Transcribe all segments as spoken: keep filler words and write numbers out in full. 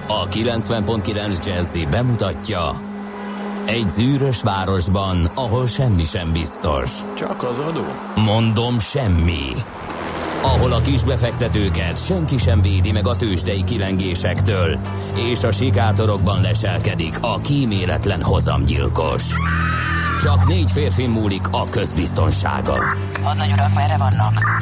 A kilencven pont kilenc Jazzy bemutatja: egy zűrös városban, ahol semmi sem biztos. Csak az adó? Mondom, semmi. Ahol a kisbefektetőket senki sem védi meg a tőzsdei kilengésektől, és a sikátorokban leselkedik a kíméletlen hozamgyilkos. Csak négy férfi múlik a közbiztonsága. Hadnagy urak, merre vannak?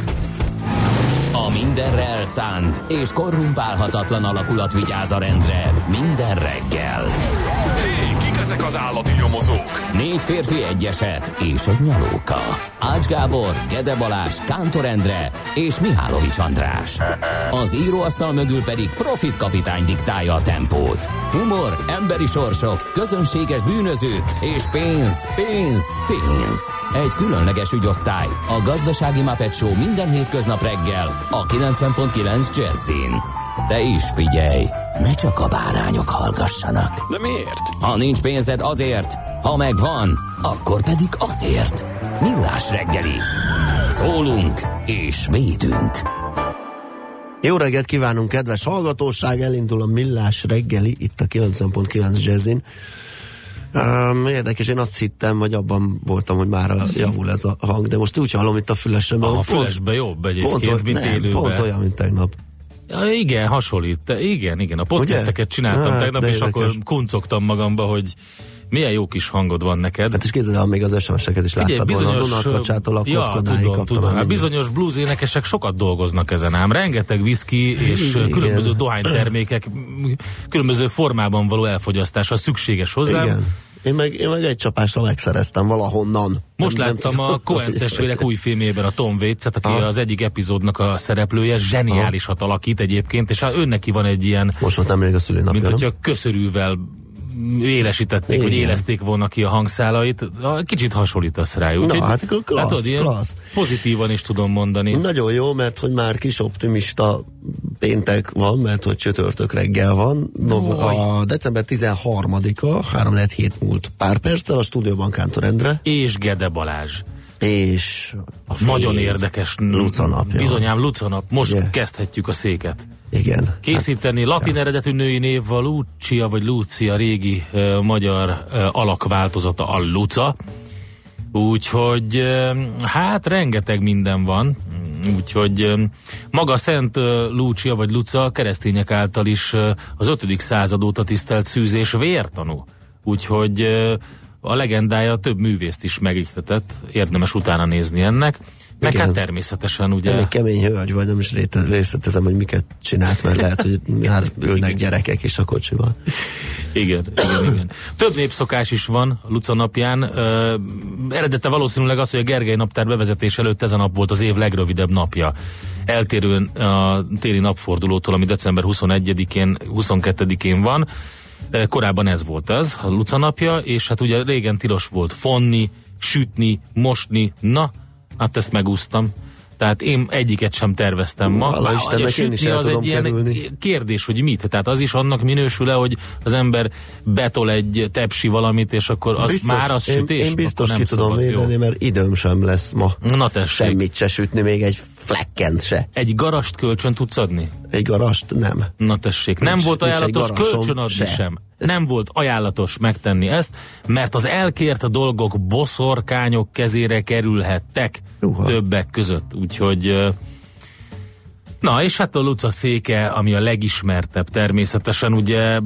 A mindenre elszánt és korrumpálhatatlan alakulat vigyáz a rendre minden reggel. Hé, kik ezek az állati nyomozók? Négy férfi, egy eset és egy nyalóka. Ács Gábor, Gede Balázs, Kántor Endre és Mihálovics András. Az íróasztal mögül pedig Profit kapitány diktálja a tempót. Humor, emberi sorsok, közönséges bűnözők és pénz, pénz, pénz. Egy különleges ügyosztály, a Gazdasági Muppet Show minden hétköznap reggel a kilencven pont kilenc Jazzin. De is figyelj, ne csak a bárányok hallgassanak. De miért? Ha nincs pénzed, azért, ha megvan, akkor pedig azért. Millás reggeli. Szólunk és védünk. Jó reggelt kívánunk, kedves hallgatóság! Elindul a Millás reggeli itt a kilencven pont kilenc Jazzin. Um, érdekes, én azt hittem, vagy abban voltam, hogy már javul ez a hang, de most úgy hallom itt a fülesemben. A fülesben jobb egyébként, pont, mint nem, élőben. Pont olyan, mint tegnap. Ja, igen, hasonlít. De igen, igen. A podcasteket csináltam hát, tegnap, és érdekes. Akkor kuncogtam magamba, hogy milyen jó kis hangod van neked. Hát is képzeld el, még az es em es-eket is láttad Figyelj, volna. bizonyos, A Dunakacsától a ja, Kotkodáig tudom, kaptam. tudom. Hát bizonyos blues énekesek sokat dolgoznak ezen ám. Rengeteg whisky és igen. különböző dohánytermékek különböző formában való elfogyasztása szükséges hozzá. Igen. Én meg, én meg egy csapásra megszereztem valahonnan. Most nem, láttam nem a Coen testvérek új filmében a Tom Waits-et, aki ha. az egyik epizódnak a szereplője, zseniálisat alakít egyébként, és ő neki van egy ilyen... Most volt nemrég a szülőnapja. Mint hogyha köszörűvel élesítették, igen. vagy élezték volna ki a hangszálait. Kicsit hasonlítasz rá. Úgyhogy, na, hát akkor klassz, látod, ilyen klassz. Pozitívan is tudom mondani. Nagyon jó, mert hogy már kis optimista péntek van, mert hogy csütörtök reggel van. No, a december tizenharmadika, három lehet hét múlt pár perccel, a stúdióban Kántor Endre. És Gede Balázs. És a nagyon érdekes Luca napja. Bizonyám Luca nap. Most igen. kezdhetjük a széket. Igen. Készíteni hát, latin ja. eredetű női név a Lucia vagy Lucia, régi uh, magyar uh, alakváltozata a Luca. Úgyhogy uh, hát rengeteg minden van. Úgyhogy uh, maga Szent uh, Lucia vagy Luca keresztények által is uh, az ötödik század óta tisztelt szűz és vértanú. Úgyhogy uh, a legendája több művészt is megihletett, érdemes utána nézni ennek. Meg igen. hát természetesen ugye... Elég kemény hölgy vagy, nem is részletezem, hogy miket csinált, mert lehet, hogy már ülnek gyerekek is a kocsiban. Igen, igen, igen. Több népszokás is van Luca napján. Uh, eredete valószínűleg az, hogy a Gergely naptár bevezetés előtt ez a nap volt az év legrövidebb napja. Eltérően a téli napfordulótól, ami december huszonegyedikén, huszonkettedikén van. Korábban ez volt ez, a Luca napja, és hát ugye régen tilos volt fonni, sütni, mosni, na, hát ezt megúsztam. Tehát én egyiket sem terveztem ma. Hála Istennek, sütni az egy ilyen kerülni. Kérdés, hogy mit. Tehát az is annak minősül-e, hogy az ember betol egy tepsi valamit, és akkor az biztos, már az sütés? Én, én biztos ki tudom védeni, mert időm sem lesz ma. Na tessék. Semmit se sütni, még egy flekkent se. Egy garast kölcsön tudsz adni? Egy garast nem. Na tessék, nem nincs, volt ajánlatos kölcsön adni se. sem. Nem volt ajánlatos megtenni ezt, mert az elkért dolgok boszorkányok kezére kerülhettek Uha. többek között. Úgyhogy na, és hát a Luca széke, ami a legismertebb természetesen, ugye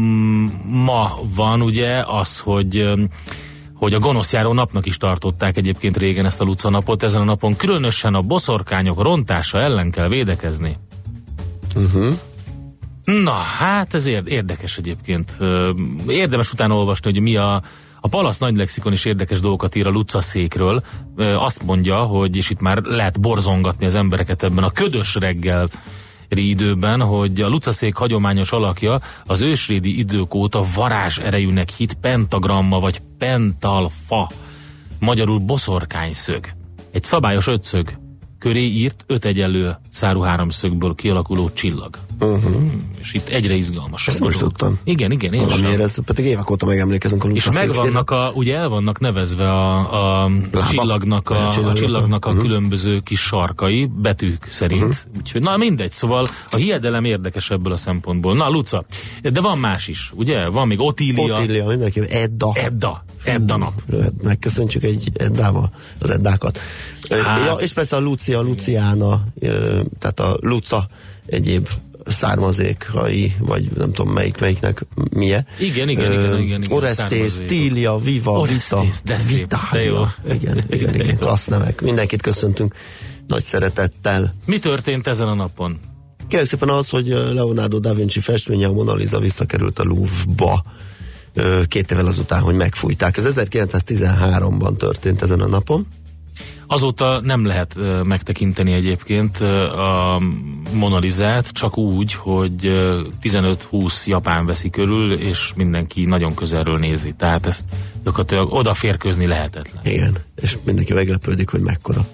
ma van ugye az, hogy hogy a gonoszjáró napnak is tartották egyébként régen ezt a Luca napot. Ezen a napon különösen a boszorkányok rontása ellen kell védekezni. Uh-huh. Na, hát ez érdekes egyébként. Érdemes utána olvasni, hogy mi a A Palasz Nagy Lexikon is érdekes dolgokat ír a Luca székről. Azt mondja, hogy, és itt már lehet borzongatni az embereket ebben a ködös reggel időben, hogy a Luca szék hagyományos alakja az ősrédi idők óta varázs erejűnek hit pentagramma vagy pentalfa, magyarul boszorkányszög. Egy szabályos ötszög köré írt öt egyenlő szárú háromszögből kialakuló csillag. Uh-huh. Hmm, és itt egyre izgalmasabb. Ezt most tudtam. Igen, igen, én sem. Ez, pedig évek óta megemlékezünk a és megvannak a, ugye el vannak nevezve a, a, a csillagnak a, a, csillagnak a uh-huh. különböző kis sarkai, betűk szerint. Uh-huh. Úgyhogy, na mindegy, szóval a hiedelem érdekes ebből a szempontból. Na, Luca, de van más is, ugye? Van még Otília. Otília, mindenki, Edda. Edda. Edda nap. Megköszöntjük egy Eddával az Eddákat. Hát. Ja, és persze a Lucia, Luciana, tehát a Luca egyéb származékai, vagy nem tudom melyik, melyiknek milyen. Igen, igen, igen, igen, igen. Orestes, Stília, Viva, Orestes, Vita, Vitália. Igen, igen, igen, klassz nevek. Mindenkit köszöntünk nagy szeretettel. Mi történt ezen a napon? Kérlek szépen az, hogy Leonardo da Vinci festménye, a Mona Lisa visszakerült a Louvre-ba két évvel azután, hogy megfújták. Ez ezerkilencszáztizenháromban történt ezen a napon. Azóta nem lehet uh, megtekinteni egyébként uh, a Mona Lisát, csak úgy, hogy uh, tizenöt-húsz japán veszi körül, és mindenki nagyon közelről nézi. Tehát ezt gyakorlatilag odaférkőzni lehetetlen. Igen, és mindenki meglepődik, hogy mekkora.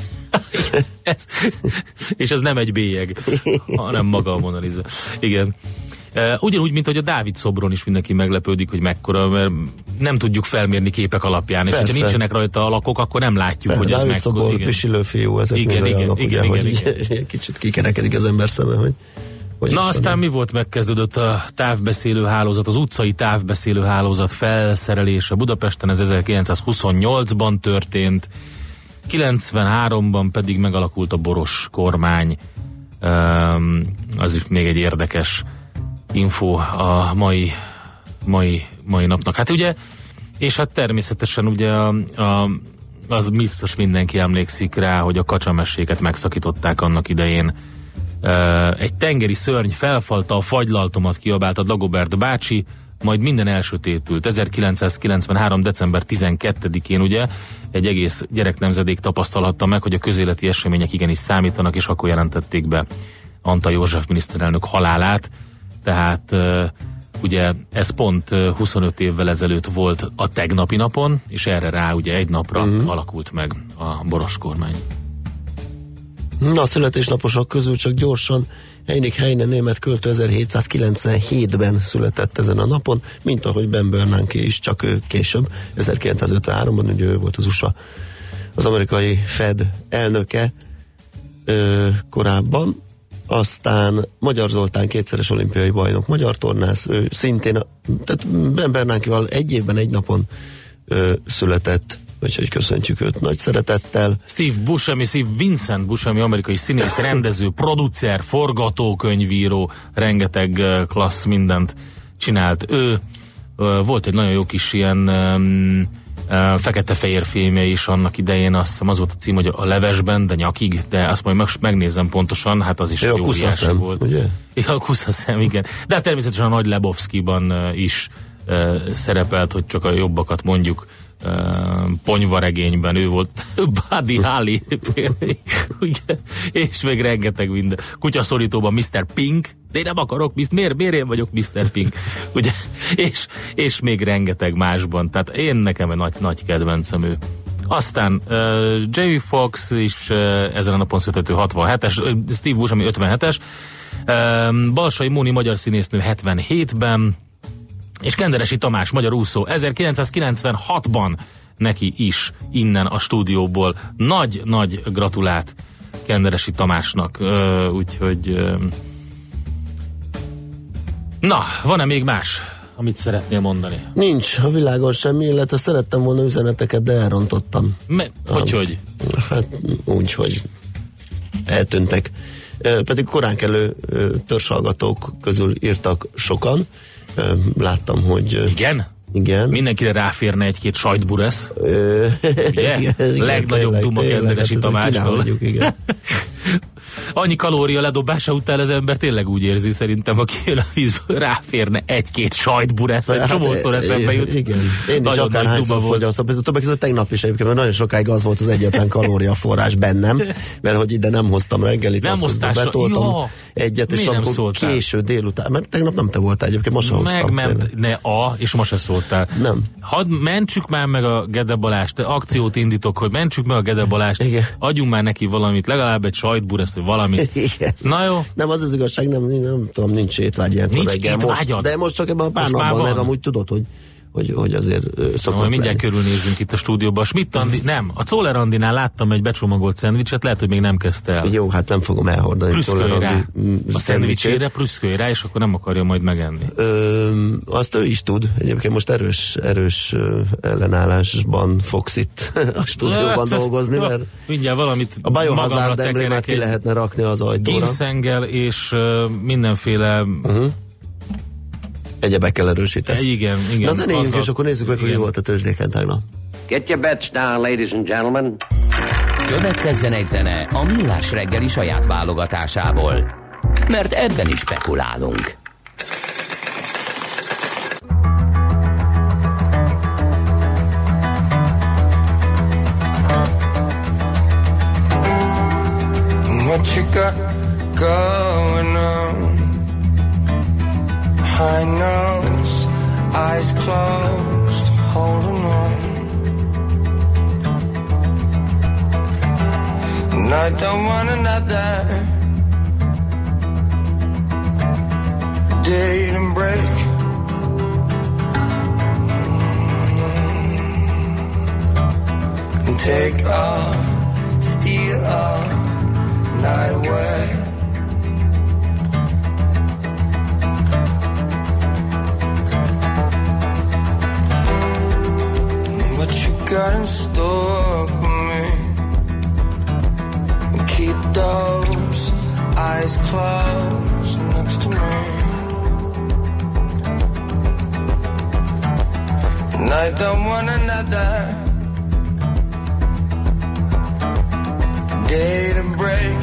ez, és ez nem egy bélyeg, hanem maga a Mona Lisa. Igen. Uh, ugyanúgy, mint hogy a Dávid szobron is mindenki meglepődik, hogy mekkora, mert nem tudjuk felmérni képek alapján, és ha nincsenek rajta alakok, akkor nem látjuk, Persze, hogy ez mekkora. Dávid szobor, pisilő fiú, ezek igen, mind igen, olyanok, igen, ugye, igen, hogy igen. Kicsit kikerekedik az ember szeme, hogy... hogy Na aztán nem. Mi volt? Megkezdődött a távbeszélő hálózat, az utcai távbeszélő hálózat felszerelése Budapesten, ez ezerkilencszázhuszonnyolcban történt, kilencvenháromban pedig megalakult a Boros kormány, um, az is még egy érdekes info a mai, mai, mai napnak. Hát ugye, és hát természetesen ugye a, a, az biztos mindenki emlékszik rá, hogy a kacsameséket megszakították annak idején. Egy tengeri szörny felfalta a fagylaltomat, kiabált a Dagobert bácsi, majd minden elsötétült. ezerkilencszázkilencvenhárom. december tizenkettedikén ugye egy egész gyereknemzedék tapasztalhatta meg, hogy a közéleti események igenis számítanak, és akkor jelentették be Antall József miniszterelnök halálát. Tehát uh, ugye ez pont uh, huszonöt évvel ezelőtt volt a tegnapi napon, és erre rá ugye egy napra uh-huh. alakult meg a Boros kormány. Na, a születésnaposok közül csak gyorsan Heinrich Heine német költő ezerhétszázkilencvenhétben született ezen a napon, mint ahogy Ben Bernanke is, csak ő később, ezerkilencszázötvenháromban, ugye ő volt az u es á, az amerikai Fed elnöke ö, korábban. Aztán Magyar Zoltán kétszeres olimpiai bajnok, magyar tornász, ő szintén, tehát Ben Bernankéval egy évben, egy napon ö, született, úgyhogy köszöntjük őt nagy szeretettel. Steve Buscemi, Steve Vincent Buscemi, amerikai színész, rendező, producer, forgatókönyvíró, rengeteg uh, klassz mindent csinált. Ő uh, volt egy nagyon jó kis ilyen um, uh, fekete-fehér filmje is annak idején, azt hiszem az volt a cím, hogy a levesben, de nyakig, de azt majd megnézem pontosan, hát az is egy óriási volt. Ugye? Ja, a kuszaszem, igen. De hát természetesen a Nagy Lebowskiban uh, is uh, szerepelt, hogy csak a jobbakat mondjuk. Uh, ponyvaregényben ő volt Buddy Holly és még rengeteg minden. Kutyaszorítóban miszter Pink, de én nem akarok, miért, miért, miért én vagyok miszter Pink, ugye? És, és még rengeteg másban, tehát én nekem egy nagy, nagy kedvencem ő. Aztán uh, Jamie Foxx is uh, ezen a napon született hatvanhetes, uh, Steve Buscemi ötvenhetes, uh, Balsai Móni magyar színésznő hetvenhétben, és Kenderesi Tamás, magyar úszó, ezerkilencszázkilencvenhatban neki is innen a stúdióból. Nagy-nagy gratulát Kenderesi Tamásnak, úgyhogy na, van-e még más, amit szeretnél mondani? Nincs a világon semmi, illetve szerettem volna üzeneteket, de elrontottam. Me- hogy, um, hogy? Hát úgy, hogy eltűntek. Pedig korán kelő törzshallgatók közül írtak sokan. Láttam, hogy... Igen? Igen. Mindenkire ráférne egy-két sajtburesz. Ugye? Igen, legnagyobb duma Kenderesi Tamásról. Igen. Annyi kalória ledobása után az ember tényleg úgy érzi, szerintem, aki jön a vízből, ráférne egy-két sajtburesz, egy csomószor eszembe jut. Igen, én is akárhányszor fogyasztom. Többek között tegnap is egyébként, mert nagyon sokáig az volt az egyetlen kalóriaforrás bennem, mert hogy ide nem hoztam reggelit, nem hoztásra, betoltam egyet, és akkor késő délután, mert tegnap nem te voltál egyébként, most sem hoztam. Megment, ne a, és most se szóltál. Nem. Hadd mentsük már meg a Gede Balást, akciót indítok, hogy mentsük meg a Gede Balást, igen. Adjunk már neki valamit, legalább egy sajtburesz, vagy valamit. Igen. Na jó. Nem, az az igazság, nem, nem tudom, nincs étvágy ilyenkor nincs reggel. Most, de most csak ebben a pár napban, mert amúgy tudod, hogy Hogy, hogy azért szokott no, mindjárt körülnézzünk itt a stúdióban. Schmidt Andi, nem, a Czoller Andinál láttam egy becsomagolt szendvicset, lehet, hogy még nem kezdte el. Jó, hát nem fogom elhordani. Prüszkölj rá a szendvicsére, prüszkölj rá, és akkor nem akarja majd megenni. Ö, azt ő is tud. Egyébként most erős, erős ellenállásban fogsz itt a stúdióban hát, dolgozni, mert mindjárt valamit a Biohazard emblémát ki lehetne rakni az ajtóra. Ginszengel és uh, mindenféle uh-huh. egyebekkel erősítesz. Igen, igen. Na zenéljünk, és akkor nézzük meg, hogy volt a tőzsdéken tegnap. Get your bets down, ladies and gentlemen. Következzen egy zene a Millás reggeli saját válogatásából. Mert ebben is spekulálunk. What you got going on? High nose, eyes closed, holding on. And I don't want another date and break. And take all, steal all, night away. Got in store for me. Keep those eyes closed next to me. And I don't want another day to break.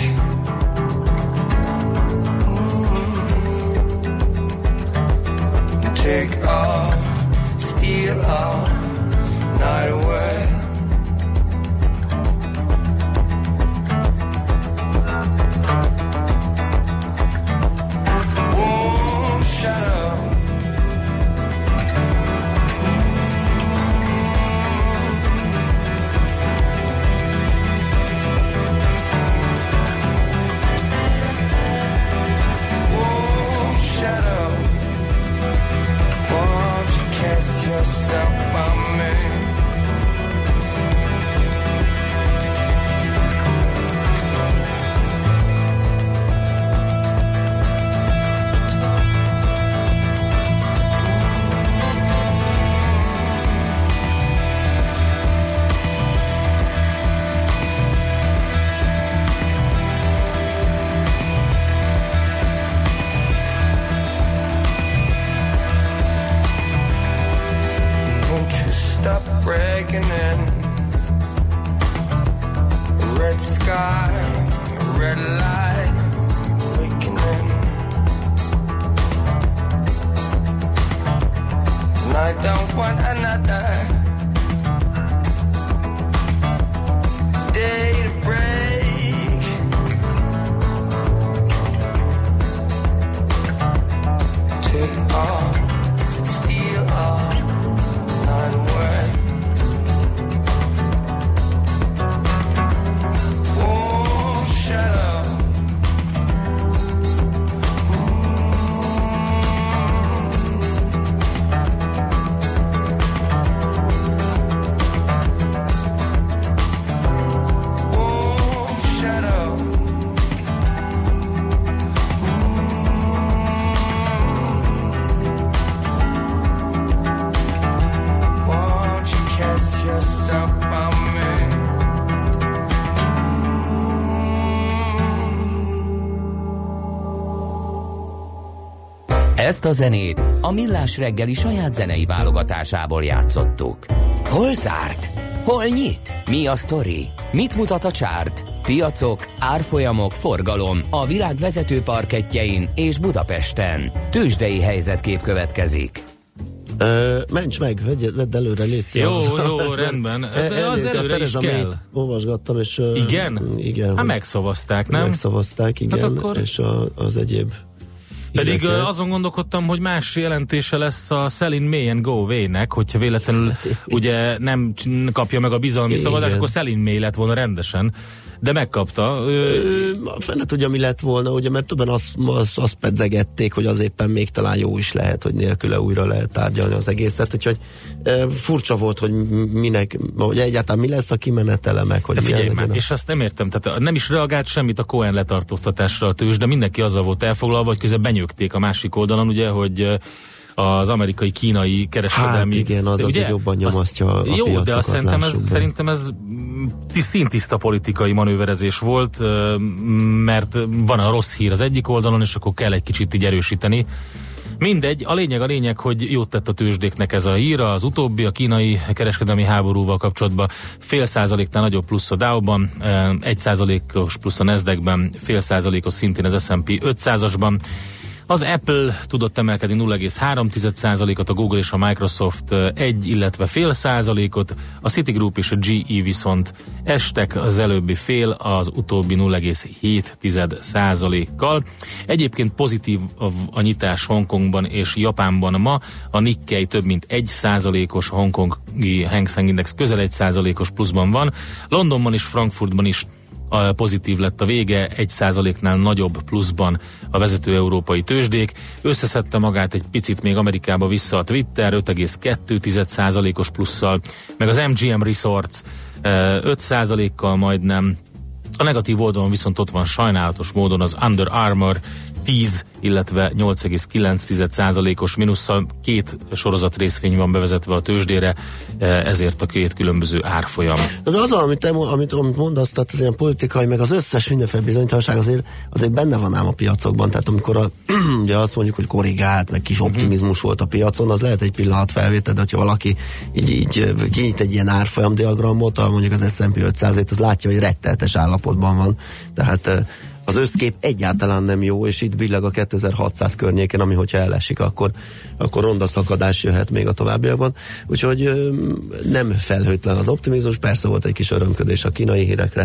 Mm-hmm. Take all, steal all, night away. Warm shadow. Warm shadow. Won't you cast yourself on me? Breaking in, red sky, red light, awakening. And I don't want another day to break. Take all, steal all, night away. Ezt a zenét a Millás reggeli saját zenei válogatásából játszottuk. Hol zárt? Hol nyit? Mi a sztori? Mit mutat a csárt? piacok, árfolyamok, forgalom a világ vezető parkettjein és Budapesten. Tőzsdei helyzetkép következik. Uh, mencs meg, vedd, vedd előre, légy szíves. Jó, jó, rendben. De az előre is kell. Olvasgattam, és... Uh, igen? Igen. Hát megszavazták, nem? Megszavazták, igen. Hát akkor... És a, az egyéb... Pedig uh, azon gondolkodtam, hogy más jelentése lesz a Sell in May and Go Away-nek, hogyha véletlenül ugye nem kapja meg a bizalmi szavazást, akkor Sell in May lett volna rendesen. De megkapta. Ö, fene tudja, mi lett volna, ugye, mert többen azt, azt, azt pedzegették, hogy az éppen még talán jó is lehet, hogy nélküle újra lehet tárgyalni az egészet, úgyhogy e, furcsa volt, hogy minek, hogy egyáltalán mi lesz a kimenetele meg, hogy de figyelj már, a... és azt nem értem, tehát nem is reagált semmit a Cohen letartóztatásra a tőzs, de mindenki azzal volt elfoglalva, hogy közben benyögték a másik oldalon, ugye, hogy az amerikai-kínai kereskedelmi... Hát igen, az azért jobban nyomasztja a jó, piacokat. De azt szerintem ez, szerintem ez színtiszta politikai manőverezés volt, mert van a rossz hír az egyik oldalon, és akkor kell egy kicsit így erősíteni. Mindegy, a lényeg a lényeg, hogy jót tett a tőzsdéknek ez a hír, az utóbbi a kínai kereskedelmi háborúval kapcsolatban fél százaléknál nagyobb plusz a Dow-ban, egy százalékos plusz a Nasdaqben, fél százalékos szintén az es and pé ötszázasban. Az Apple tudott emelkedni nulla egész három százalékot, a Google és a Microsoft egy, illetve fél százalékot, a Citigroup és a gé é viszont estek, az előbbi fél, az utóbbi nulla egész hét százalékkal. Egyébként pozitív a nyitás Hongkongban és Japánban ma, a Nikkei több mint egy százalékos, a hongkongi Hang Seng Index közel egy százalékos pluszban van, Londonban és Frankfurtban is a pozitív lett a vége, egy százaléknál nagyobb pluszban a vezető európai tőzsdék. Összeszedte magát egy picit még Amerikába vissza a Twitter, öt egész kettő százalékos plusszal, meg az em gé em Resorts öt százalékkal majdnem. A negatív oldalon viszont ott van sajnálatos módon az Under Armour tíz, illetve nyolc egész kilenc százalékos mínusszal. Két sorozat részvény van bevezetve a tőzsdére, ezért a két különböző árfolyam. De az, amit, te, amit, amit mondasz, tehát az ilyen politikai, meg az összes mindenféle bizonytalanság azért, azért benne van ám a piacokban, tehát amikor a, ugye azt mondjuk, hogy korrigált, meg kis optimizmus uh-huh. volt a piacon, az lehet egy pillanat felvétel, de hogyha valaki így, így kinyit egy ilyen árfolyam diagramot, mondjuk az es and pé ötszázét, az látja, hogy retteltes állapotban van, tehát az összkép egyáltalán nem jó, és itt billeg a kétezer-hatszáz környéken, ami hogyha elesik, akkor, akkor ronda szakadás jöhet még a továbbiakban. Úgyhogy nem felhőtlen az optimizmus, persze volt egy kis örömködés a kínai hírekre,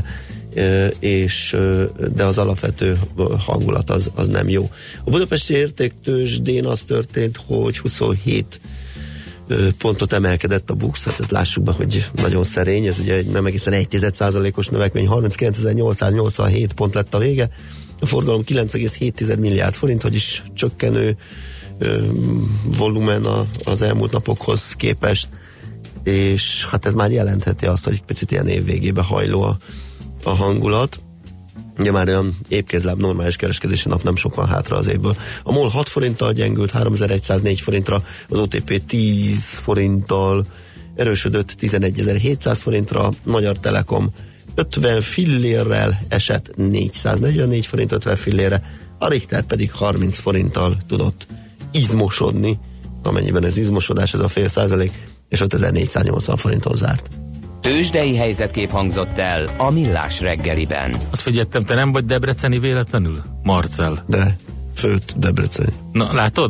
és, de az alapvető hangulat az, az nem jó. A budapesti értéktőzsdén az történt, hogy huszonhét pontot emelkedett a BUX, hát ezt lássuk be, hogy nagyon szerény, ez ugye nem egészen egy százalékos növekmény, harminckilencezer-nyolcszáznyolcvanhét pont lett a vége, a forgalom kilenc egész hét milliárd forint, vagyis csökkenő ö, volumen a, az elmúlt napokhoz képest, és hát ez már jelentheti azt, hogy picit ilyen évvégébe hajló a, a hangulat. Ugye már olyan épkézláb normális kereskedési nap nem sok van hátra az évből. A MOL hat forinttal gyengült, háromezer-egyszáznégy forintra, az o té pé tíz forinttal erősödött, tizenegyezer-hétszáz forintra, Magyar Telekom ötven fillérrel esett, négyszáznegyvennégy forint ötven fillére, a Richter pedig harminc forinttal tudott izmosodni, amennyiben ez izmosodás, ez a fél százalék, és ötezer-négyszáznyolcvan forinton zárt. Tőzsdei helyzetkép hangzott el a Millás reggeliben. Azt figyeltem, te nem vagy debreceni véletlenül? Marcel. De, főt Debreceni. Na, látod?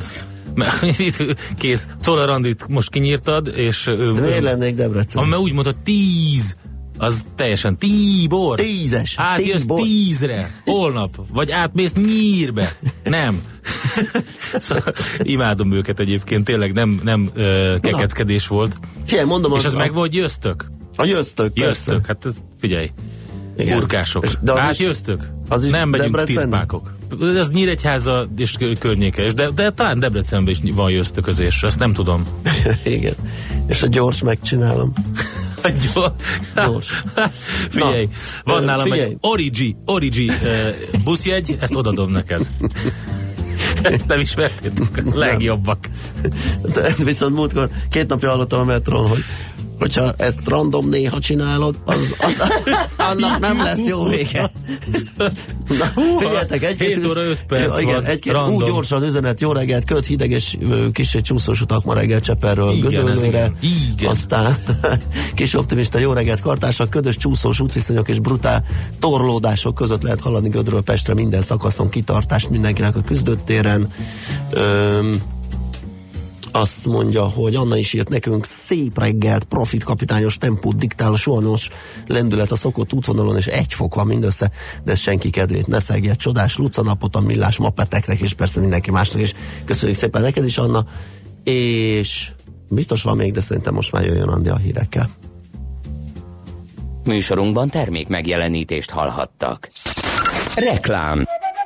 Kész. Czoller Andrit most kinyírtad, és... De miért lennék Debreceni? Mert úgy mondta, tíz, az teljesen Tíbor. Tízes. Átjössz Tíbor. tízre. Holnap. Vagy átmész Nyírbe. Nem. Szóval imádom őket egyébként, tényleg nem, nem uh, kekeckedés volt. Figyelj, mondom, és az, az meg volt, győztök. A győztök, Győztök, hát figyelj. Igen. Burkások. Hát győztök. Nem megyünk tirpákok. Ez Nyíregyháza és környéke, de, de talán Debrecenben is van győztöközés, ezt nem tudom. Igen. És a gyors megcsinálom. A gyors. gyors. Figyelj, na, van nálam figyelj. Egy Origi, Origi uh, buszjegy, ezt odadom neked. Ezt nem ismertétek? Legjobbak. De viszont múltkor két napja hallottam a metron, hogy hogyha ezt random néha csinálod, az, az, annak nem lesz jó vége. Na, figyeljetek, egy-két, hét óra öt perc igen, van, egy-két úgy gyorsan üzenet, jó reggelt, köt, hideg és kicsit csúszós utak ma reggel Cseperről Gödöllőre, aztán kis optimista, jó reggelt Kartársak, ködös csúszós útviszonyok és brutál torlódások között lehet hallani Gödről Pestre minden szakaszon kitartást mindenkinek a küzdőtéren. Öm, Azt mondja, hogy Anna is írt nekünk, szép reggelt, profit kapitányos tempót diktál a suhanos lendület a szokott útvonalon, és egy fok van mindössze, de ez senki kedvét ne szegje. Csodás lucanapot a millás mapeteknek, és persze mindenki másnak is. Köszönjük szépen neked is, Anna. És biztos van még, de szerintem most már jöjjön Andi a hírekkel. Műsorunkban termék megjelenítést hallhattak. Reklám.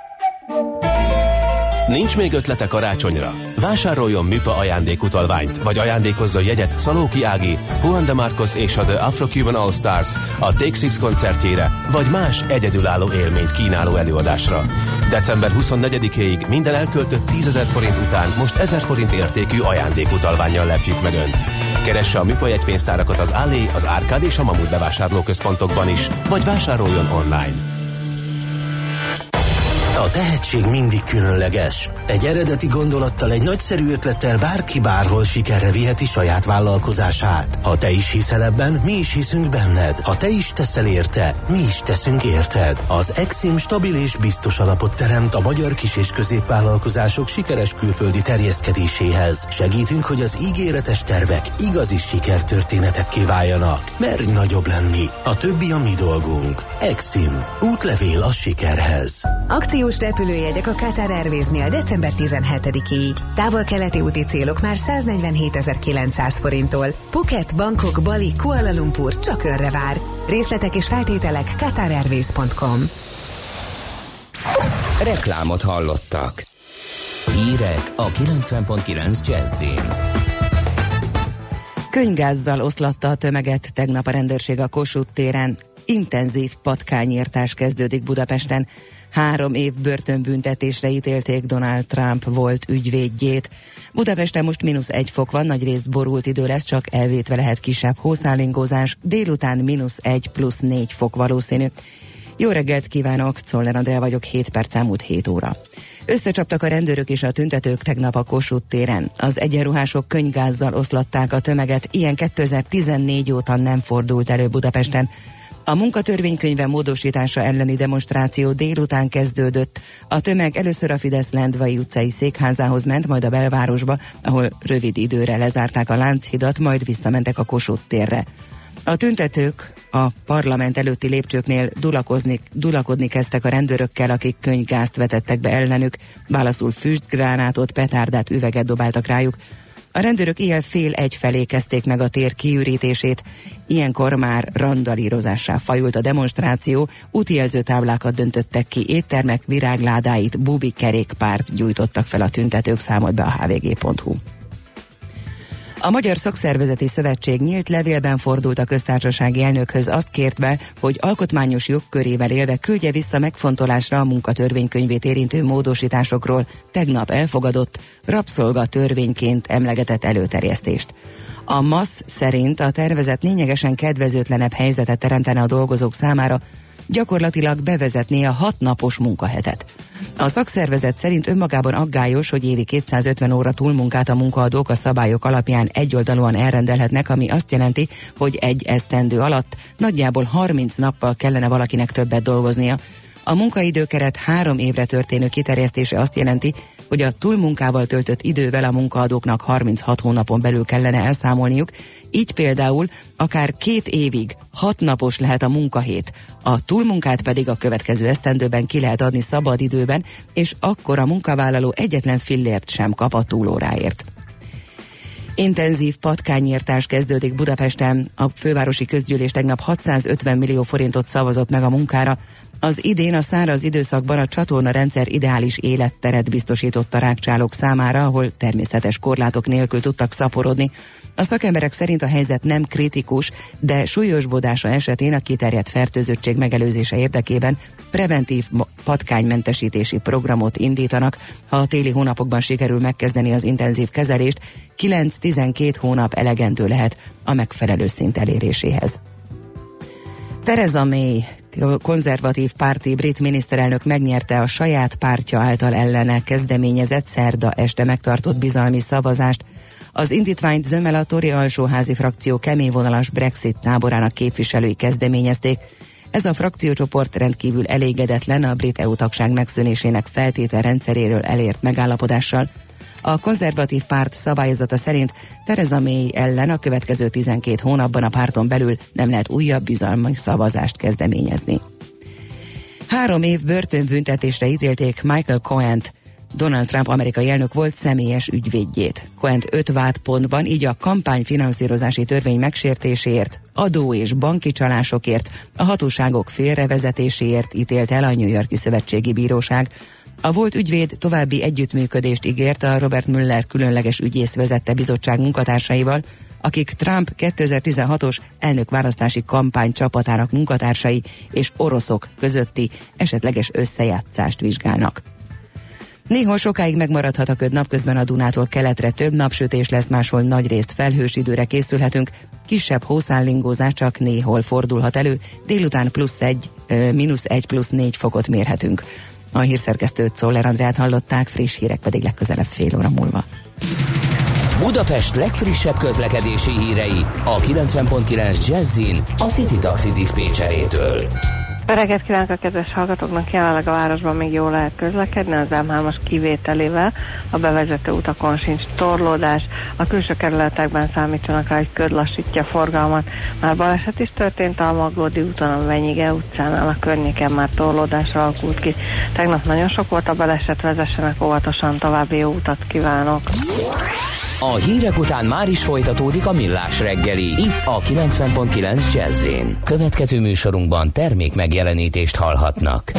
Nincs még ötlete karácsonyra? Vásároljon Műpa ajándékutalványt, vagy ajándékozzon jegyet Szalóki Ági, Juan de Marcos és a The Afro-Cuban All Stars a Take Six koncertjére, vagy más egyedülálló élményt kínáló előadásra. december huszonnegyedikéig minden elköltött tízezer forint után most ezer forint értékű ajándékutalvánnyal lepjük meg Önt. Keresse a Műpa jegypénztárakat az Allé, az Árkád és a Mamut bevásárlóközpontokban is, vagy vásároljon online. A tehetség mindig különleges. Egy eredeti gondolattal, egy nagyszerű ötlettel bárki bárhol sikerre viheti saját vállalkozását. Ha te is hiszel ebben, mi is hiszünk benned. Ha te is teszel érte, mi is teszünk érted. Az Exim stabil és biztos alapot teremt a magyar kis- és középvállalkozások sikeres külföldi terjeszkedéséhez. Segítünk, hogy az ígéretes tervek igazi sikertörténetekké váljanak. Merj nagyobb lenni. A többi a mi dolgunk. Exim. Útlevél a sikerhez. Akciós repülőjegyek a Qatar Airwaysnél december tizenhetedikéig. Távol-keleti úti célok már száznegyvenhétezer-kilencszáz forinttól. Phuket, Bangkok, Bali, Kuala Lumpur csak önre vár. Részletek és feltételek qatar airways pont com. Reklámot hallottak. Hírek a kilencven pont kilenc Jazzin. Könyvgázzal oszlatta a tömeget tegnap a rendőrség a Kossuth téren. Intenzív patkányírtás kezdődik Budapesten. Három év börtönbüntetésre ítélték Donald Trump volt ügyvédjét. Budapesten most mínusz egy fok van, nagyrészt borult idő lesz, csak elvétve lehet kisebb hószálingózás, délután mínusz egy plusz négy fok valószínű. Jó reggelt kívánok, Czoller Andrea vagyok, hét perc elmúlt hét óra. Összecsaptak a rendőrök és a tüntetők tegnap a Kossuth téren. Az egyenruhások könyvgázzal oszlatták a tömeget, ilyen kétezer-tizennégy óta nem fordult elő Budapesten. A munkatörvénykönyve módosítása elleni demonstráció délután kezdődött. A tömeg először a Fidesz Lendvai utcai székházához ment, majd a belvárosba, ahol rövid időre lezárták a Lánchidat, majd visszamentek a Kossuth térre. A tüntetők a parlament előtti lépcsőknél dulakozni, dulakodni kezdtek a rendőrökkel, akik könyvgázt vetettek be ellenük, válaszul füstgránátot, petárdát, üveget dobáltak rájuk. A rendőrök ilyen fél egy felé kezdték meg a tér kiürítését, ilyenkor már randalírozássá fajult a demonstráció, útjelző táblákat döntöttek ki, éttermek virágládáit, bubi kerékpárt gyújtottak fel a tüntetők, számolt be a há vé gé pont hú. A Magyar Szakszervezeti Szövetség nyílt levélben fordult a köztársasági elnökhöz, azt kértve, hogy alkotmányos jogkörével élve küldje vissza megfontolásra a munkatörvénykönyvét érintő módosításokról tegnap elfogadott rabszolga törvényként emlegetett előterjesztést. A MASZ szerint a tervezet lényegesen kedvezőtlenebb helyzetet teremtene a dolgozók számára, gyakorlatilag bevezetné a hat napos munkahetet. A szakszervezet szerint önmagában aggályos, hogy évi kétszázötven óra túlmunkát a munkaadók a szabályok alapján egyoldalúan elrendelhetnek, ami azt jelenti, hogy egy esztendő alatt nagyjából harminc nappal kellene valakinek többet dolgoznia. A munkaidőkeret három évre történő kiterjesztése azt jelenti, hogy a túlmunkával töltött idővel a munkaadóknak harminchat hónapon belül kellene elszámolniuk, így például akár két évig hat napos lehet a munkahét, a túlmunkát pedig a következő esztendőben ki lehet adni szabad időben, és akkor a munkavállaló egyetlen fillért sem kap a túlóráért. Intenzív patkányírtás kezdődik Budapesten. A fővárosi közgyűlés tegnap hatszázötven millió forintot szavazott meg a munkára. Az idén a száraz időszakban a csatornarendszer ideális életteret biztosított a rágcsálók számára, ahol természetes korlátok nélkül tudtak szaporodni. A szakemberek szerint a helyzet nem kritikus, de súlyosbodása esetén a kiterjedt fertőzöttség megelőzése érdekében preventív patkánymentesítési programot indítanak. Ha a téli hónapokban sikerül megkezdeni az intenzív kezelést, kilenc-tizenkét hónap elegendő lehet a megfelelő szint eléréséhez. Theresa May, konzervatív párti brit miniszterelnök megnyerte a saját pártja által ellene kezdeményezett szerda este megtartott bizalmi szavazást. Az indítványt zömmel a Tory alsóházi frakció keményvonalas Brexit táborának képviselői kezdeményezték. Ez a frakciócsoport rendkívül elégedetlen a brit é u-tagság megszűnésének feltételrendszeréről elért megállapodással. A konzervatív párt szabályozata szerint Theresa May ellen a következő tizenkét hónapban a párton belül nem lehet újabb bizalmi szavazást kezdeményezni. Három év börtönbüntetésre ítélték Michael Cohent, Donald Trump amerikai elnök volt személyes ügyvédjét. Cohent öt vádpontban, így a kampányfinanszírozási törvény megsértéséért, adó és banki csalásokért, a hatóságok félrevezetéséért ítélt el a New York-i Szövetségi Bíróság. A volt ügyvéd további együttműködést ígért a Robert Mueller különleges ügyész vezette bizottság munkatársaival, akik Trump kétezer-tizenhatos elnökválasztási kampány csapatának munkatársai és oroszok közötti esetleges összejátszást vizsgálnak. Néhol sokáig megmaradhat a köd, napközben a Dunától keletre több napsütés lesz, máshol nagyrészt felhős időre készülhetünk, kisebb hószálingózás csak néhol fordulhat elő, délután plusz egy, mínusz egy plusz négy fokot mérhetünk. A hírszerkesztőt, Czoller Andrát hallották, friss hírek pedig legközelebb fél óra múlva. Budapest legfrissebb közlekedési hírei a kilencven pont kilenc Jazzin a City Taxi diszpécserétől. Reggelt kívánok a kedves hallgatóknak, jelenleg a városban még jól lehet közlekedni, az em hármas kivételével a bevezető utakon sincs torlódás, a külső kerületekben számítsanak rá, hogy köd lassítja a forgalmat. Már baleset is történt a Maglódi úton, a Venyige utcánál, a környéken már torlódás alakult ki. Tegnap nagyon sok volt a baleset, vezessenek óvatosan, további jó utat kívánok! A hírek után már is folytatódik a Millás reggeli, itt a kilencven pont kilenc Jazz-én. Következő műsorunkban termék megjelenítést hallhatnak.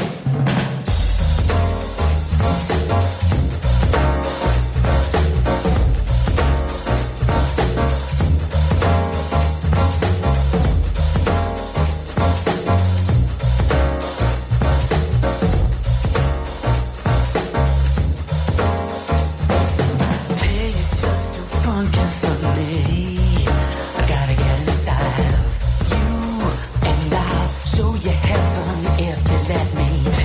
Show you heaven if you let me.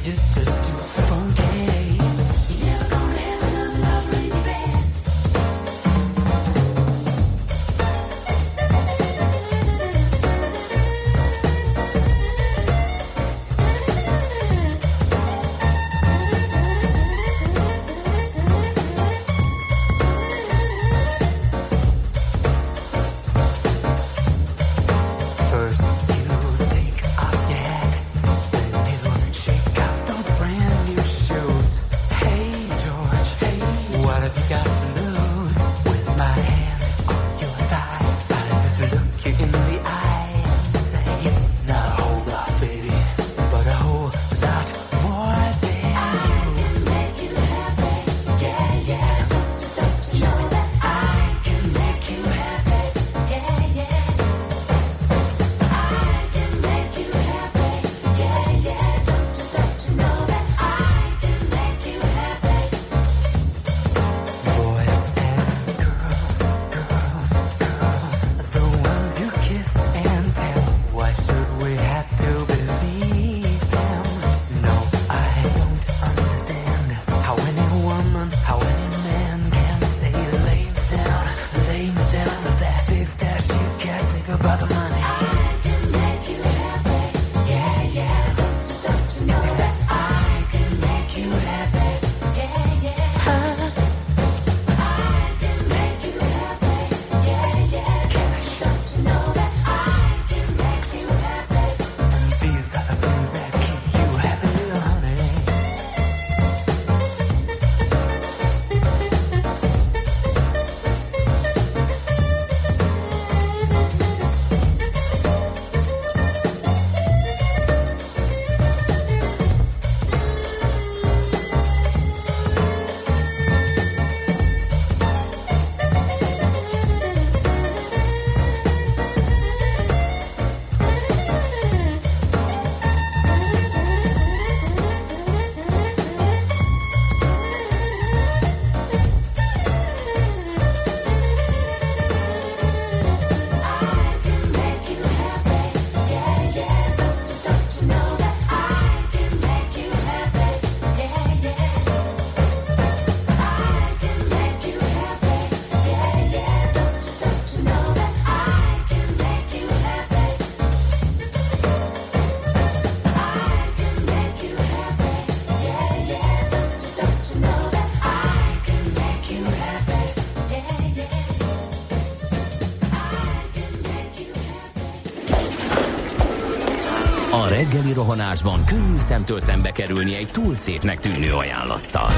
A reggeli rohanásban könnyű szemtől szembe kerülni egy túl szépnek tűnő ajánlattal.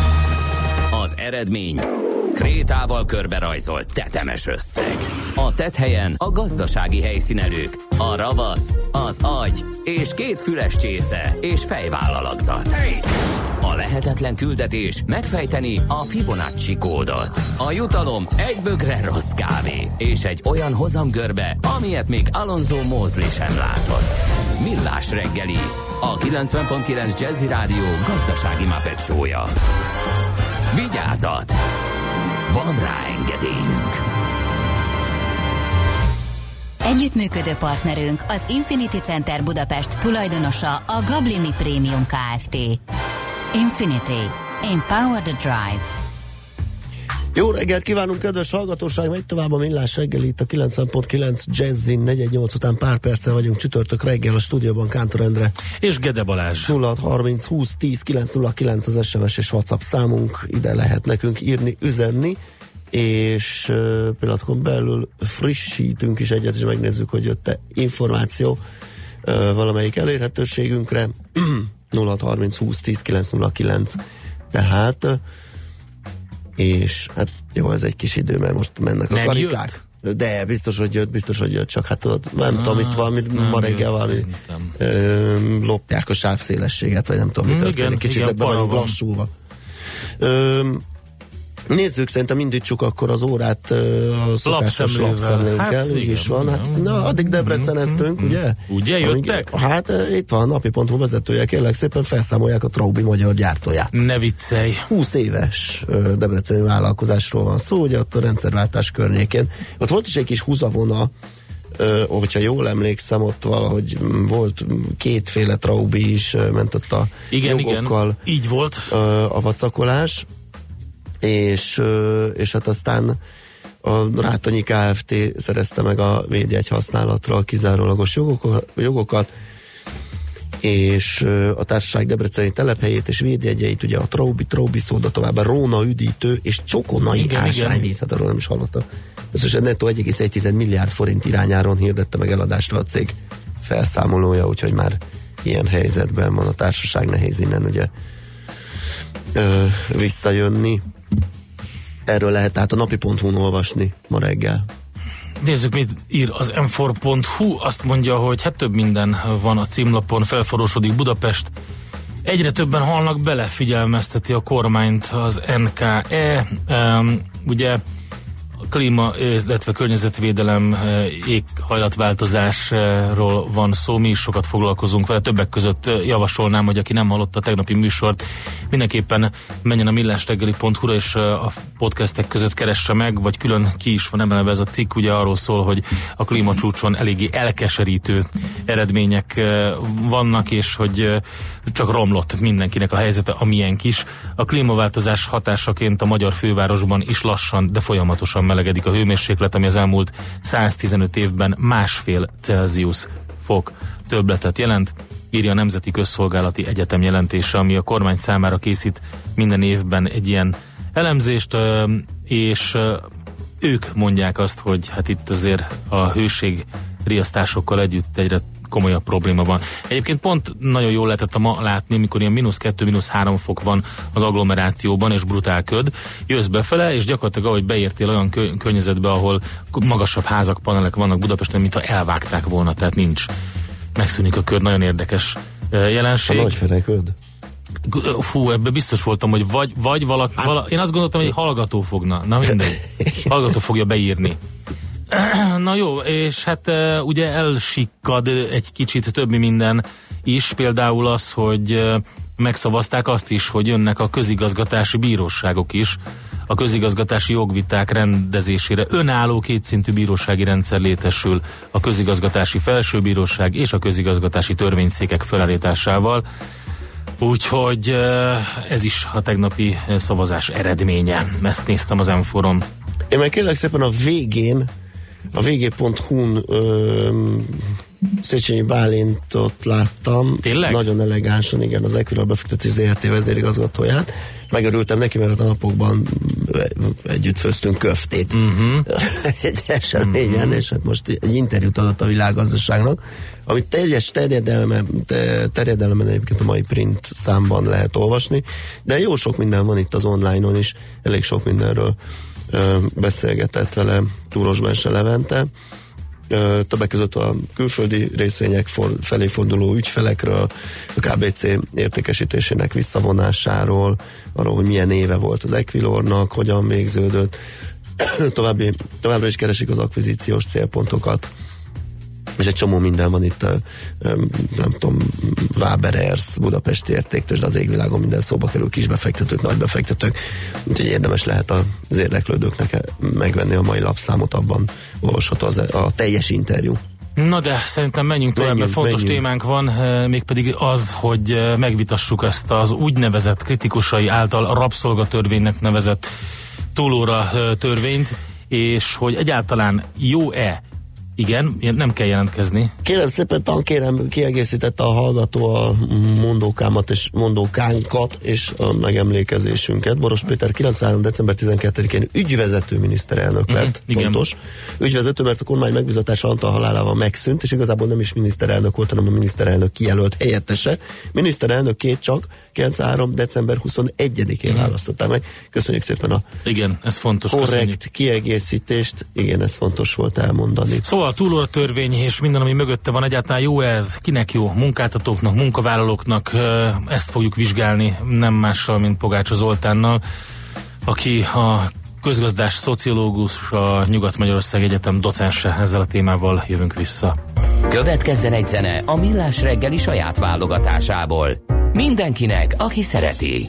Az eredmény krétával körberajzolt tetemes összeg. A tetthelyen a gazdasági helyszínelők, a ravasz, az agy és két füles csésze és fejvállalakzat. A lehetetlen küldetés megfejteni a Fibonacci kódot. A jutalom egy bögre rossz kávé és egy olyan hozamgörbe, amilyet még Alonso Mosley sem látott. Millás reggeli, a kilencven pont kilenc Jazzy Rádió gazdasági Muppet show-ja. Vigyázat! Van rá engedélyünk! Együttműködő partnerünk az Infinity Center Budapest tulajdonosa a Gablini Premium Kft. Infinity. Empower the Drive. Jó reggelt kívánunk, kedves hallgatóság! Megy tovább a Millás reggeli itt a kilencven pont kilenc Jazzin, negyven nyolc után pár perccel vagyunk, csütörtök reggel a stúdióban Kántor Endre és Gede Balázs. nulla hat harminc húsz tíz kilenc nulla kilenc az es em es és WhatsApp számunk, ide lehet nekünk írni, üzenni, és uh, pillanatokon belül frissítünk is egyet, és megnézzük, hogy jött-e információ uh, valamelyik elérhetőségünkre. nulla hat harminc húsz tíz kilenc nulla kilenc, tehát uh, és hát jó, ez egy kis idő, mert most mennek a nem karikák. Jött? De biztos, hogy jött, biztos, hogy jött, csak hát tudod, nem ah, tudom, itt valami, ma reggel valami ö, lopják a sávszélességet, vagy nem tudom, mi történik. Kicsit ebben vagyunk lassulva. Ö, Nézzük, szerintem indítsuk akkor az órát a szokásos lapszemlénkkel, hát, úgy is van. Hát, na, addig debreceneztünk, mm-hmm. ugye? Ugye, jöttek? Amíg, hát itt van a napi pont hu vezetője, kérlek szépen felszámolják a Traubi magyar gyártóját. Ne viccelj! húsz éves debreceni vállalkozásról van szó, ugye ott a rendszerváltás környékén. Ott volt is egy kis húzavona ö, hogyha jól emlékszem, ott valahogy volt kétféle traubi is, ment ott a igen, jogokkal. Igen, így volt. Ö, a vacakolás, és, ö, és hát aztán a Rátonyi Kft. Szerezte meg a védjegy használatra a kizárólagos jogok, jogokat, és a társaság debreceni telephelyét és védjegyeit, ugye a Traubi, Traubi szóda, továbbá Róna üdítő és Csokonai ásványvíz, hát arról nem is hallottam. Összesen nettó egy egész egy milliárd forint irányáron hirdette meg eladásra a cég felszámolója, úgyhogy már ilyen helyzetben van a társaság, nehéz innen ugye ö, visszajönni. Erről lehet tehát a napi pont hu-n olvasni ma reggel. Nézzük, mit ír az em négy pont hu. Azt mondja, hogy hát több minden van a címlapon, felforosodik Budapest. Egyre többen halnak bele, figyelmezteti a kormányt az en ká e. Um, ugye a klíma, illetve környezetvédelem, éghajlatváltozásról van szó, mi is sokat foglalkozunk vele, többek között javasolnám, hogy aki nem hallotta a tegnapi műsort, mindenképpen menjen a millásreggeli pont hu-ra és a podcastek között keresse meg, vagy külön ki is van emelve ez a cikk, ugye arról szól, hogy a klímacsúcson eléggé elkeserítő eredmények vannak, és hogy csak romlott mindenkinek a helyzete, amilyen kis. A klímaváltozás hatásaként a magyar fővárosban is lassan, de folyamatosan melegedik a hőmérséklet, ami az elmúlt száztizenöt évben másfél Celsius fok többletet jelent, írja a Nemzeti Közszolgálati Egyetem jelentése, ami a kormány számára készít minden évben egy ilyen elemzést, és ők mondják azt, hogy hát itt azért a hőség riasztásokkal együtt egyre komolyabb probléma van. Egyébként pont nagyon jól lehetett ma látni, mikor ilyen mínusz kettő, mínusz három fok van az agglomerációban, és brutál köd. Jössz befele, és gyakorlatilag ahogy beértél olyan kö- környezetbe, ahol magasabb házak, panelek vannak Budapesten, mintha elvágták volna, tehát nincs. Megszűnik a köd, nagyon érdekes jelenség. A nagyfere köd? Fú, ebben biztos voltam, hogy vagy, vagy valaki, hát, vala, én azt gondoltam, hogy egy hallgató fogna, na mindegy, hallgató fogja beírni. Na jó, és hát ugye elsikkad egy kicsit többi minden is, például az, hogy megszavazták azt is, hogy jönnek a közigazgatási bíróságok is, a közigazgatási jogviták rendezésére önálló kétszintű bírósági rendszer létesül a közigazgatási felsőbíróság és a közigazgatási törvényszékek felállításával. Úgyhogy ez is a tegnapi szavazás eredménye. Ezt néztem az em négy-on. Én meg kérlek szépen a végén, a vé gé pont hu-n Széchenyi Bálintot láttam. Tényleg? Nagyon elegánsan, igen, az Equilor befektető zé er té vezérigazgatóját. Megörültem neki, mert a napokban együtt főztünk köftét uh-huh. egy eseményen, uh-huh. és hát most egy interjút adott a Világgazdaságnak, amit teljes terjedelmen, terjedelmen egyébként a mai print számban lehet olvasni, de jó sok minden van itt az online-on is, elég sok mindenről ö, beszélgetett vele Túros Bense Levente. Többek között a külföldi részvények for, felé forduló ügyfelekről, a ká bé cé értékesítésének visszavonásáról, arról, hogy milyen éve volt az Equilornak, hogyan végződött. További, továbbra is keresik az akvizíciós célpontokat, és egy csomó minden van itt, nem tudom, Waberers, Budapesti Értéktőzsde, az égvilágon minden szóba kerül, kisbefektetők, nagybefektetők, úgyhogy érdemes lehet az érdeklődőknek megvenni a mai lapszámot, abban olvasható az, a teljes interjú. Na de szerintem menjünk tovább, mert fontos menjünk. Témánk van, mégpedig az, hogy megvitassuk ezt az úgynevezett kritikusai által rabszolgatörvénynek nevezett túlóra törvényt, és hogy egyáltalán jó-e. Igen, nem kell jelentkezni. Kérem szépen, tan kérem, kiegészítette a hallgató a mondókámat és mondókánkat és a megemlékezésünket. Boros Péter kilencvenhárom. december tizenkettedikén ügyvezető miniszterelnök lett. Mm-hmm, fontos. Ügyvezető, mert a kormány megbizatása Antal halálával megszűnt, és igazából nem is miniszterelnök volt, hanem a miniszterelnök kijelölt helyettese. Miniszterelnökét csak kilencvenhárom. december huszonegyedikén mm-hmm. választották meg. Köszönjük szépen a igen, ez fontos, korrekt köszönjük. Kiegészítést. Igen, ez fontos volt elmondani. Szóval a túlóra törvény és minden, ami mögötte van, egyáltalán jó ez? Kinek jó? Munkáltatóknak, munkavállalóknak? Ezt fogjuk vizsgálni, nem mással, mint Pogácsa Zoltánnal, aki a közgazdás szociológus, a Nyugat-Magyarország Egyetem docense. Ezzel a témával jövünk vissza. Következzen egy zene a Millás reggeli saját válogatásából. Mindenkinek, aki szereti.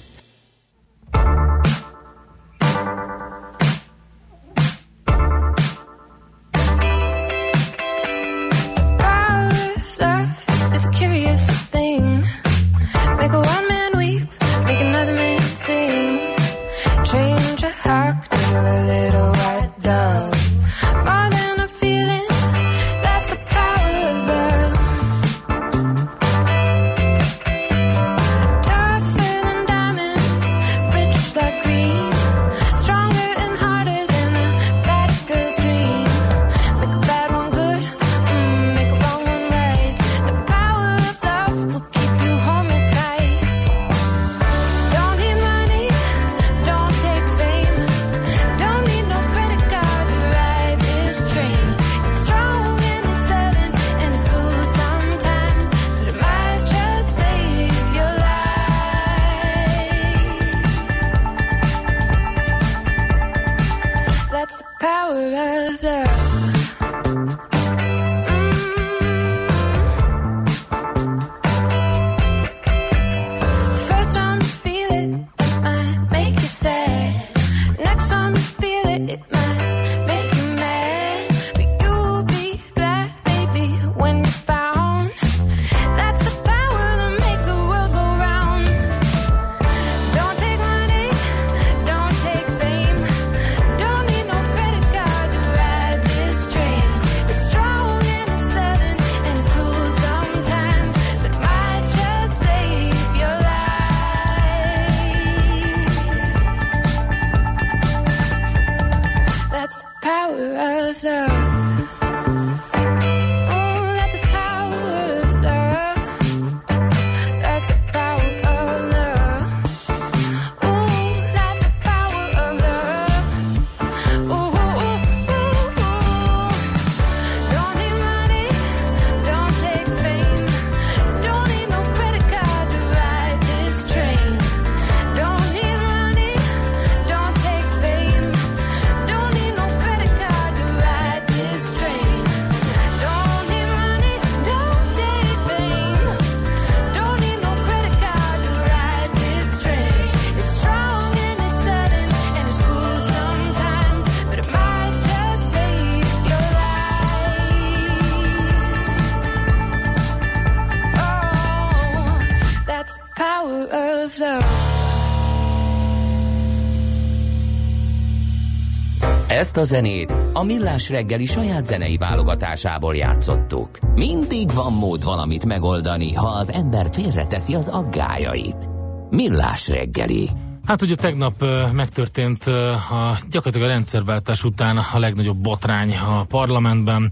of the... Ezt a zenét a Millás reggeli saját zenei válogatásából játszottuk. Mindig van mód valamit megoldani, ha az ember félreteszi az aggályait. Millás reggeli. Hát ugye tegnap uh, megtörtént uh, a, gyakorlatilag a rendszerváltás után a legnagyobb botrány a parlamentben,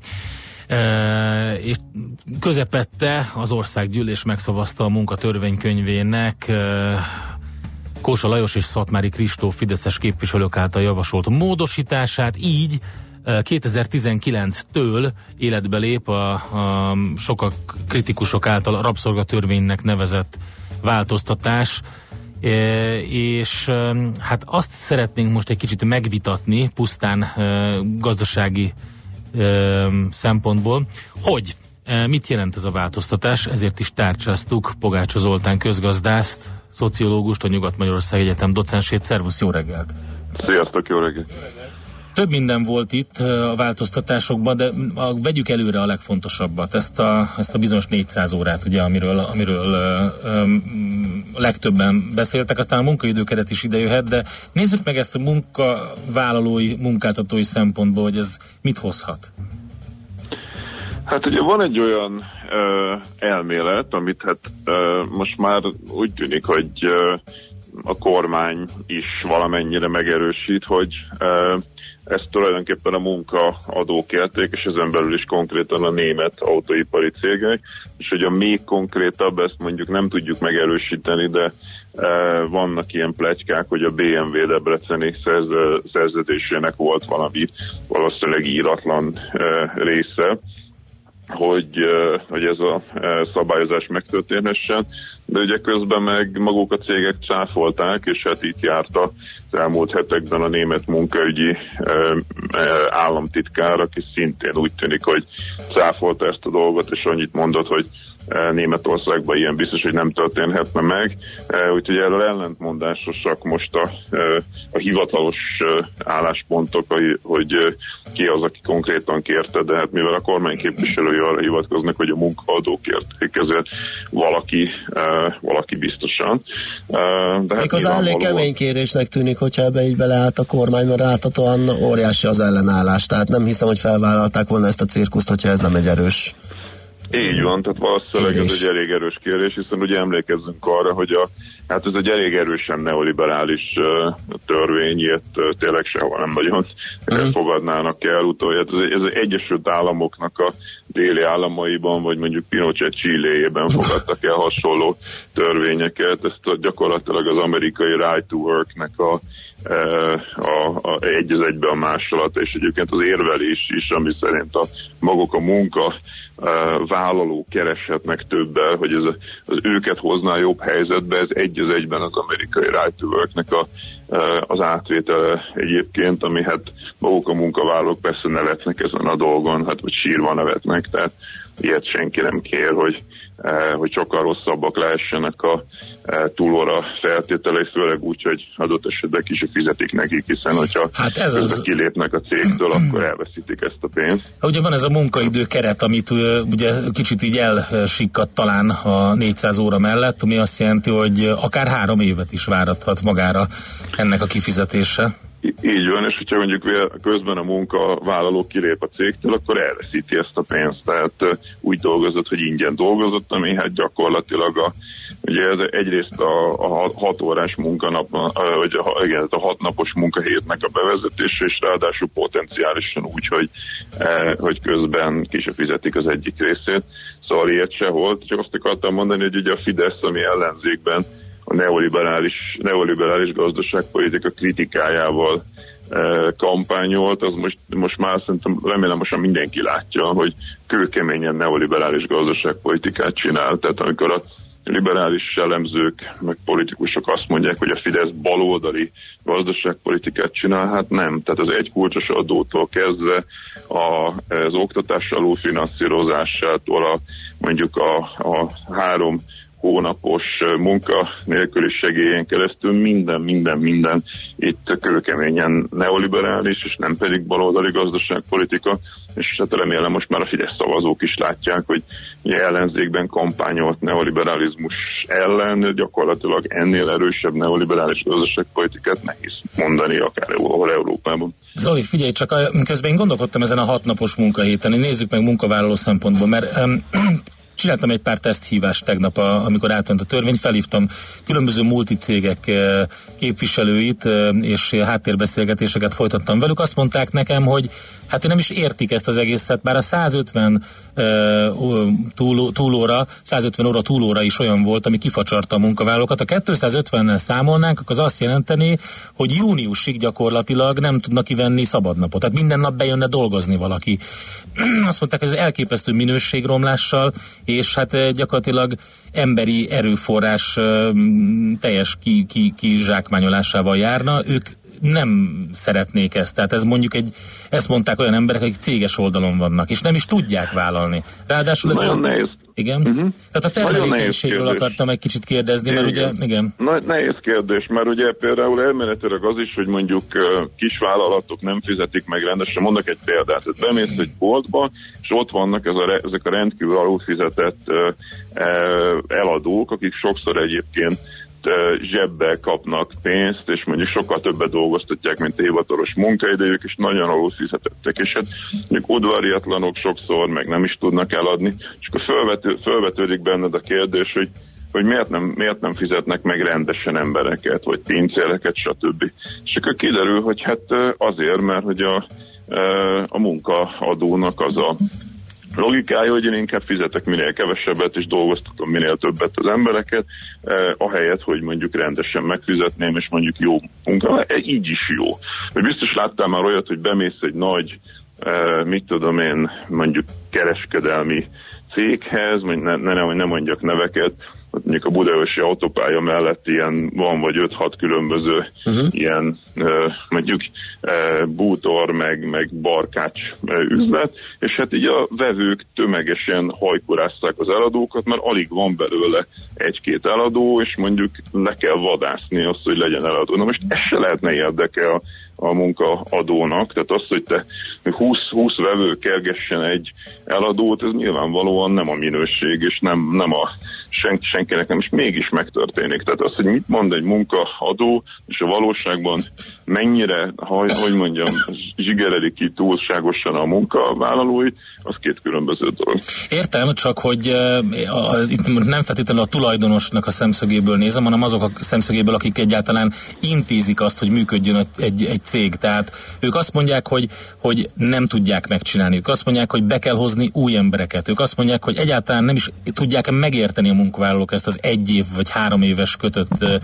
uh, és közepette az országgyűlés megszavazta a munkatörvénykönyvének uh, Kósa Lajos és Szatmári Kristóf fideszes képviselők által javasolt módosítását, így kétezer-tizenkilenctől életbe lép a, a sokak kritikusok által a rabszolgatörvénynek nevezett változtatás, e, és hát azt szeretnénk most egy kicsit megvitatni, pusztán e, gazdasági e, szempontból, hogy e, mit jelent ez a változtatás, ezért is tárcsáztuk Pogácsa Zoltán közgazdászt, szociológust, a Nyugat-Magyarország Egyetem docensét. Szervusz, jó reggelt! Sziasztok, jó reggelt! Több minden volt itt a változtatásokban, de a, vegyük előre a legfontosabbat, ezt a, ezt a bizonyos négyszáz órát, ugye, amiről, amiről ö, ö, legtöbben beszéltek, aztán a munkaidőkeret is ide jöhet, de nézzük meg ezt a munkavállalói, munkáltatói szempontból, hogy ez mit hozhat. Hát ugye van egy olyan ö, elmélet, amit hát ö, most már úgy tűnik, hogy ö, a kormány is valamennyire megerősít, hogy ö, ezt tulajdonképpen a munkaadók kérték, és ezen belül is konkrétan a német autóipari cégek, és hogy a még konkrétabb, ezt mondjuk nem tudjuk megerősíteni, de ö, vannak ilyen pletykák, hogy a bé em vé debreceni szerz, szerződésének volt valami valószínűleg íratlan ö, része, hogy, hogy ez a szabályozás megtörténhessen, de ugye közben meg maguk a cégek cáfolták, és hát itt járt az elmúlt hetekben a német munkaügyi államtitkár, aki szintén úgy tűnik, hogy cáfolta ezt a dolgot, és annyit mondott, hogy Németországban ilyen biztos, hogy nem történhetne meg. Úgyhogy erről ellentmondásosak most a, a hivatalos álláspontok, hogy ki az, aki konkrétan kérte, de hát mivel a kormányképviselői arra hivatkoznak, hogy a munkaadók kérték, ezért valaki, valaki biztosan. De hát az elég kemény kérésnek tűnik, hogyha ebbe így beleállt a kormány, mert láthatóan óriási az ellenállás. Tehát nem hiszem, hogy felvállalták volna ezt a cirkuszt, hogyha ez nem egy erős. Így van, tehát valószínűleg ez egy elég erős kérdés, hiszen ugye emlékezzünk arra, hogy a, hát ez egy elég erősen neoliberális uh, törvény, ilyet uh, tényleg sehol nem nagyon mm. fogadnának el. Utoljára ez, ez az Egyesült Államoknak a déli államaiban, vagy mondjuk Pinochet Chiléjében fogadtak el hasonló törvényeket. Ezt gyakorlatilag az amerikai Right to Work-nek a A, a, egy az egybe a másolata, és egyébként az érvelés is, ami szerint a maguk a munka uh, vállalók kereshetnek többel, hogy ez az őket hozná jobb helyzetbe, ez egy az egyben az amerikai Right to Work-nek a, uh, az átvétele egyébként, ami hát maguk a munkavállalók persze nevetnek ezen a dolgon, hát vagy sírva nevetnek, tehát ilyet senki nem kér, hogy hogy sokkal rosszabbak lehessenek a túlóra feltételei, főleg úgy, hogy adott esetben ki se fizetik nekik, hiszen hogyha hát ez az... kilépnek a cégtől, akkor elveszítik ezt a pénzt. Ugye van ez a munkaidő keret, amit ugye kicsit így elsikkadt talán a négyszáz óra mellett, ami azt jelenti, hogy akár három évet is várathat magára ennek a kifizetése. Így van, és hogyha mondjuk közben a munkavállaló kilép a cégtől, akkor elveszíti ezt a pénzt. Tehát úgy dolgozott, hogy ingyen dolgozott, ami hát gyakorlatilag a, ugye ez egyrészt a, a hat órás munkanap, vagy a, igen, a hat napos munkahétnek a bevezetése, és ráadásul potenciálisan úgy, hogy, hogy közben ki se fizetik az egyik részét. Szóval ilyet se volt. Csak azt akartam mondani, hogy ugye a Fidesz, ami ellenzékben a neoliberális, neoliberális gazdaságpolitika kritikájával e, kampányolt, az most, most már szerintem remélem most mindenki látja, hogy kőkeményen neoliberális gazdaságpolitikát csinál. Tehát amikor a liberális elemzők, meg politikusok azt mondják, hogy a Fidesz baloldali gazdaságpolitikát csinál, hát nem. Tehát az egykulcsos adótól kezdve a, az oktatás alulfinanszírozásától a, mondjuk a, a három hónapos munkanélküli segélyen keresztül minden, minden, minden itt kőkeményen neoliberális, és nem pedig baloldali gazdaságpolitika, és hát remélem most már a Fidesz szavazók is látják, hogy ellenzékben kampányolt neoliberalizmus ellen gyakorlatilag ennél erősebb neoliberális gazdaságpolitikát nehéz mondani akár ahol Európában. Zoli, figyelj csak, közben én gondolkodtam ezen a hatnapos munkahéten, nézzük meg munkavállaló szempontból, mert um, csináltam egy pár teszthívást tegnap, amikor átment a törvény, felhívtam különböző multicégek képviselőit, és háttérbeszélgetéseket folytattam velük. Azt mondták nekem, hogy hát nem is értik ezt az egészet, bár a százötven túl, túlóra, százötven óra túlóra is olyan volt, ami kifacsarta a munkavállalókat. A kétszázötvennel számolnánk, akkor az azt jelenteni, hogy júniusig gyakorlatilag nem tudnak kivenni szabadnapot. Tehát minden nap bejönne dolgozni valaki. Azt mondták, hogy ez elképesztő minőségromlással, és hát gyakorlatilag emberi erőforrás teljes ki, ki, ki zsákmányolásával járna. Ők nem szeretnék ezt. Tehát ez mondjuk egy, ezt mondták olyan emberek, akik céges oldalon vannak, és nem is tudják vállalni. Ráadásul ez nagyon nehéz. Igen? Uh-huh. Tehát a termelékenységről akartam egy kicsit kérdezni, mert igen. ugye, igen. Na, nehéz kérdés, mert ugye például elméletileg az is, hogy mondjuk uh, kisvállalatok nem fizetik meg rendesen. Mondok egy példát, hogy bemész egy boltba, és ott vannak ez a, ezek a rendkívül alulfizetett uh, uh, eladók, akik sokszor egyébként zsebbel kapnak pénzt, és mondjuk sokkal többet dolgoztatják, mint a hivatalos munkaidejük, és nagyon alul fizetettek. És hát mondjuk udvariatlanok sokszor, meg nem is tudnak eladni, és akkor fölvető, fölvetődik benned a kérdés, hogy, hogy miért, nem, miért nem fizetnek meg rendesen embereket, vagy pincéreket, stb. És akkor kiderül, hogy hát azért, mert hogy a, a munkaadónak az a logikája, hogy én inkább fizetek minél kevesebbet, és dolgoztatom minél többet az embereket, eh, ahelyett, hogy mondjuk rendesen megfizetném, és mondjuk jó munka. Eh, így is jó. Hogy biztos láttál már olyat, hogy bemész egy nagy, eh, mit tudom én, mondjuk kereskedelmi céghez, ne, ne, ne mondjak neveket, mondjuk a budaörsi autópálya mellett ilyen van vagy öt-hat különböző uh-huh. ilyen uh, mondjuk uh, bútor, meg, meg barkács uh, üzlet, és hát így a vevők tömegesen hajkurásszák az eladókat, mert alig van belőle egy-két eladó, és mondjuk le kell vadászni azt, hogy legyen eladó. Na most ez se lehetne érdeke a a munkaadónak, tehát az, hogy te húsz, húsz vevő kergessen egy eladót, ez nyilvánvalóan nem a minőség, és nem, nem a senki, senkinek nem, és mégis megtörténik. Tehát az, hogy mit mond egy munkaadó, és a valóságban mennyire, hogy, hogy mondjam, zsigereli ki túlságosan a munkavállalóit, az két különböző dolog. Értem, csak hogy uh, a, itt nem feltétlenül a tulajdonosnak a szemszögéből nézem, hanem azok a szemszögéből, akik egyáltalán intézik azt, hogy működjön egy, egy cég. Tehát ők azt mondják, hogy, hogy nem tudják megcsinálni. Ők azt mondják, hogy be kell hozni új embereket. Ők azt mondják, hogy egyáltalán nem is tudják megérteni a munkavállalók ezt az egy év vagy három éves kötött uh,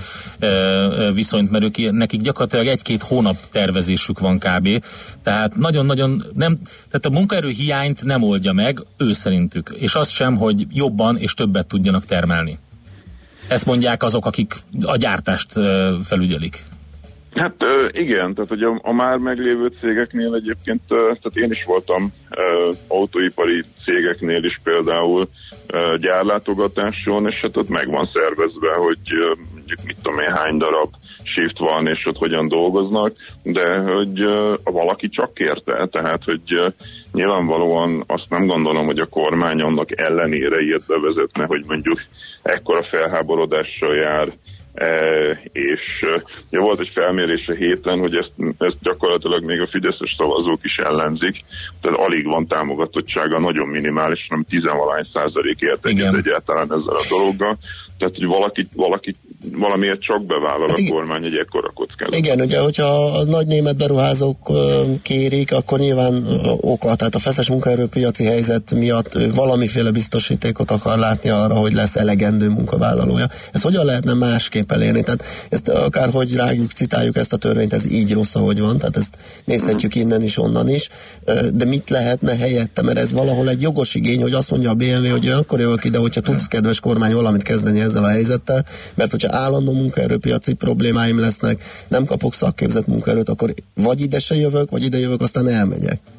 uh, viszonyt, mert ők, nekik gyakorlatilag egy-két hónap tervezésük van kb. Tehát nagyon-nagyon nem, tehát a munkaerő hiányt nem oldja meg, ő szerintük. És azt sem, hogy jobban és többet tudjanak termelni. Ezt mondják azok, akik a gyártást felügyelik. Hát igen, tehát hogy a, a már meglévő cégeknél egyébként, tehát én is voltam autóipari cégeknél is például gyárlátogatáson, és hát ott meg van szervezve, hogy mondjuk mit tudom én hány darab shift van, és ott hogyan dolgoznak, de hogy uh, valaki csak kérte, tehát hogy uh, nyilvánvalóan azt nem gondolom, hogy a kormány annak ellenére ilyet bevezetne, hogy mondjuk ekkora felháborodással jár, e, és uh, ja, volt egy felmérés a héten, hogy ezt, ezt gyakorlatilag még a fideszes szavazók is ellenzik, tehát alig van támogatottsága, nagyon minimális, nem tizenvalány százalék értéket egyáltalán ezzel a dologgal. Tehát, hogy valaki, valaki valamiért csak bevállal hát a kormány egy ekkora kockázat. Igen, ugye, hogyha a nagy német beruházók kérik, akkor nyilván oka, tehát a feszes munkaerőpiaci helyzet miatt valamiféle biztosítékot akar látni arra, hogy lesz elegendő munkavállalója. Ezt hogyan lehetne másképp elérni? Tehát ezt akárhogy rágjuk, citáljuk ezt a törvényt, ez így rossz, ahogy van, tehát ezt nézhetjük mm. innen is, onnan is, de mit lehetne helyette? Mert ez valahol egy jogos igény, hogy azt mondja a bé em vé, hogy akkor jövök ide, hogyha tudsz, kedves kormány, valamit kezdeni ezzel a helyzettel, mert hogyha állandó munkaerőpiaci problémáim lesznek, nem kapok szakképzett munkaerőt, akkor vagy ide se jövök, vagy ide jövök, aztán elmegyek.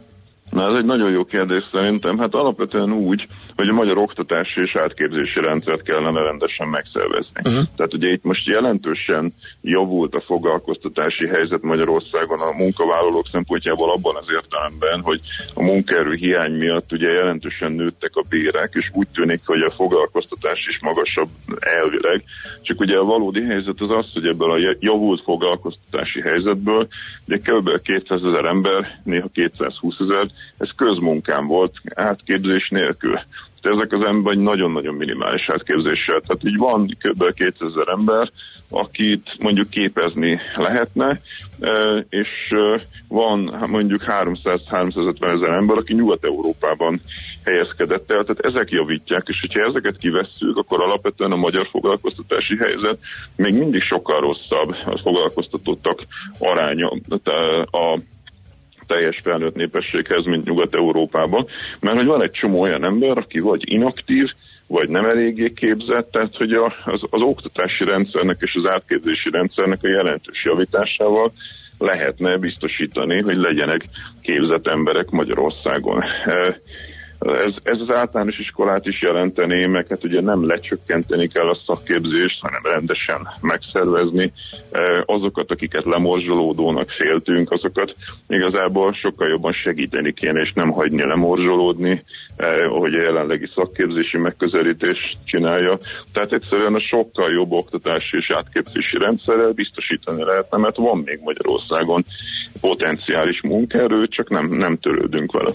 Na, ez egy nagyon jó kérdés szerintem. Hát alapvetően úgy, hogy a magyar oktatási és átképzési rendszert kellene rendesen megszervezni. Uh-huh. Tehát ugye itt most jelentősen javult a foglalkoztatási helyzet Magyarországon a munkavállalók szempontjából abban az értelemben, hogy a munkaerő hiány miatt ugye jelentősen nőttek a bérek, és úgy tűnik, hogy a foglalkoztatás is magasabb elvileg. Csak ugye a valódi helyzet az az, hogy ebből a javult foglalkoztatási helyzetből ugye kb. kétszázezer ember, néha kétszázhúszezer, ez közmunkán volt, átképzés nélkül. Tehát ezek az ember nagyon-nagyon minimális átképzéssel. Tehát így van kb. kétezer ember, akit mondjuk képezni lehetne, és van mondjuk háromszáz-háromszázötven ezer ember, aki Nyugat-Európában helyezkedett el, tehát ezek javítják, és hogyha ezeket kivesszük, akkor alapvetően a magyar foglalkoztatási helyzet még mindig sokkal rosszabb a foglalkoztatottak aránya a teljes felnőtt népességhez, mint Nyugat-Európában, mert hogy van egy csomó olyan ember, aki vagy inaktív, vagy nem eléggé képzett, tehát hogy a, az, az oktatási rendszernek és az átképzési rendszernek a jelentős javításával lehetne biztosítani, hogy legyenek képzett emberek Magyarországon. Ez, ez az általános iskolát is jelentené, meg hát ugye nem lecsökkenteni kell a szakképzést, hanem rendesen megszervezni. Azokat, akiket lemorzsolódónak féltünk, azokat igazából sokkal jobban segíteni kéne, és nem hagyni lemorzsolódni, ahogy a jelenlegi szakképzési megközelítés csinálja. Tehát egyszerűen a sokkal jobb oktatási és átképzési rendszerrel biztosítani lehetne, mert van még Magyarországon potenciális munkaerő, csak nem, nem törődünk vele.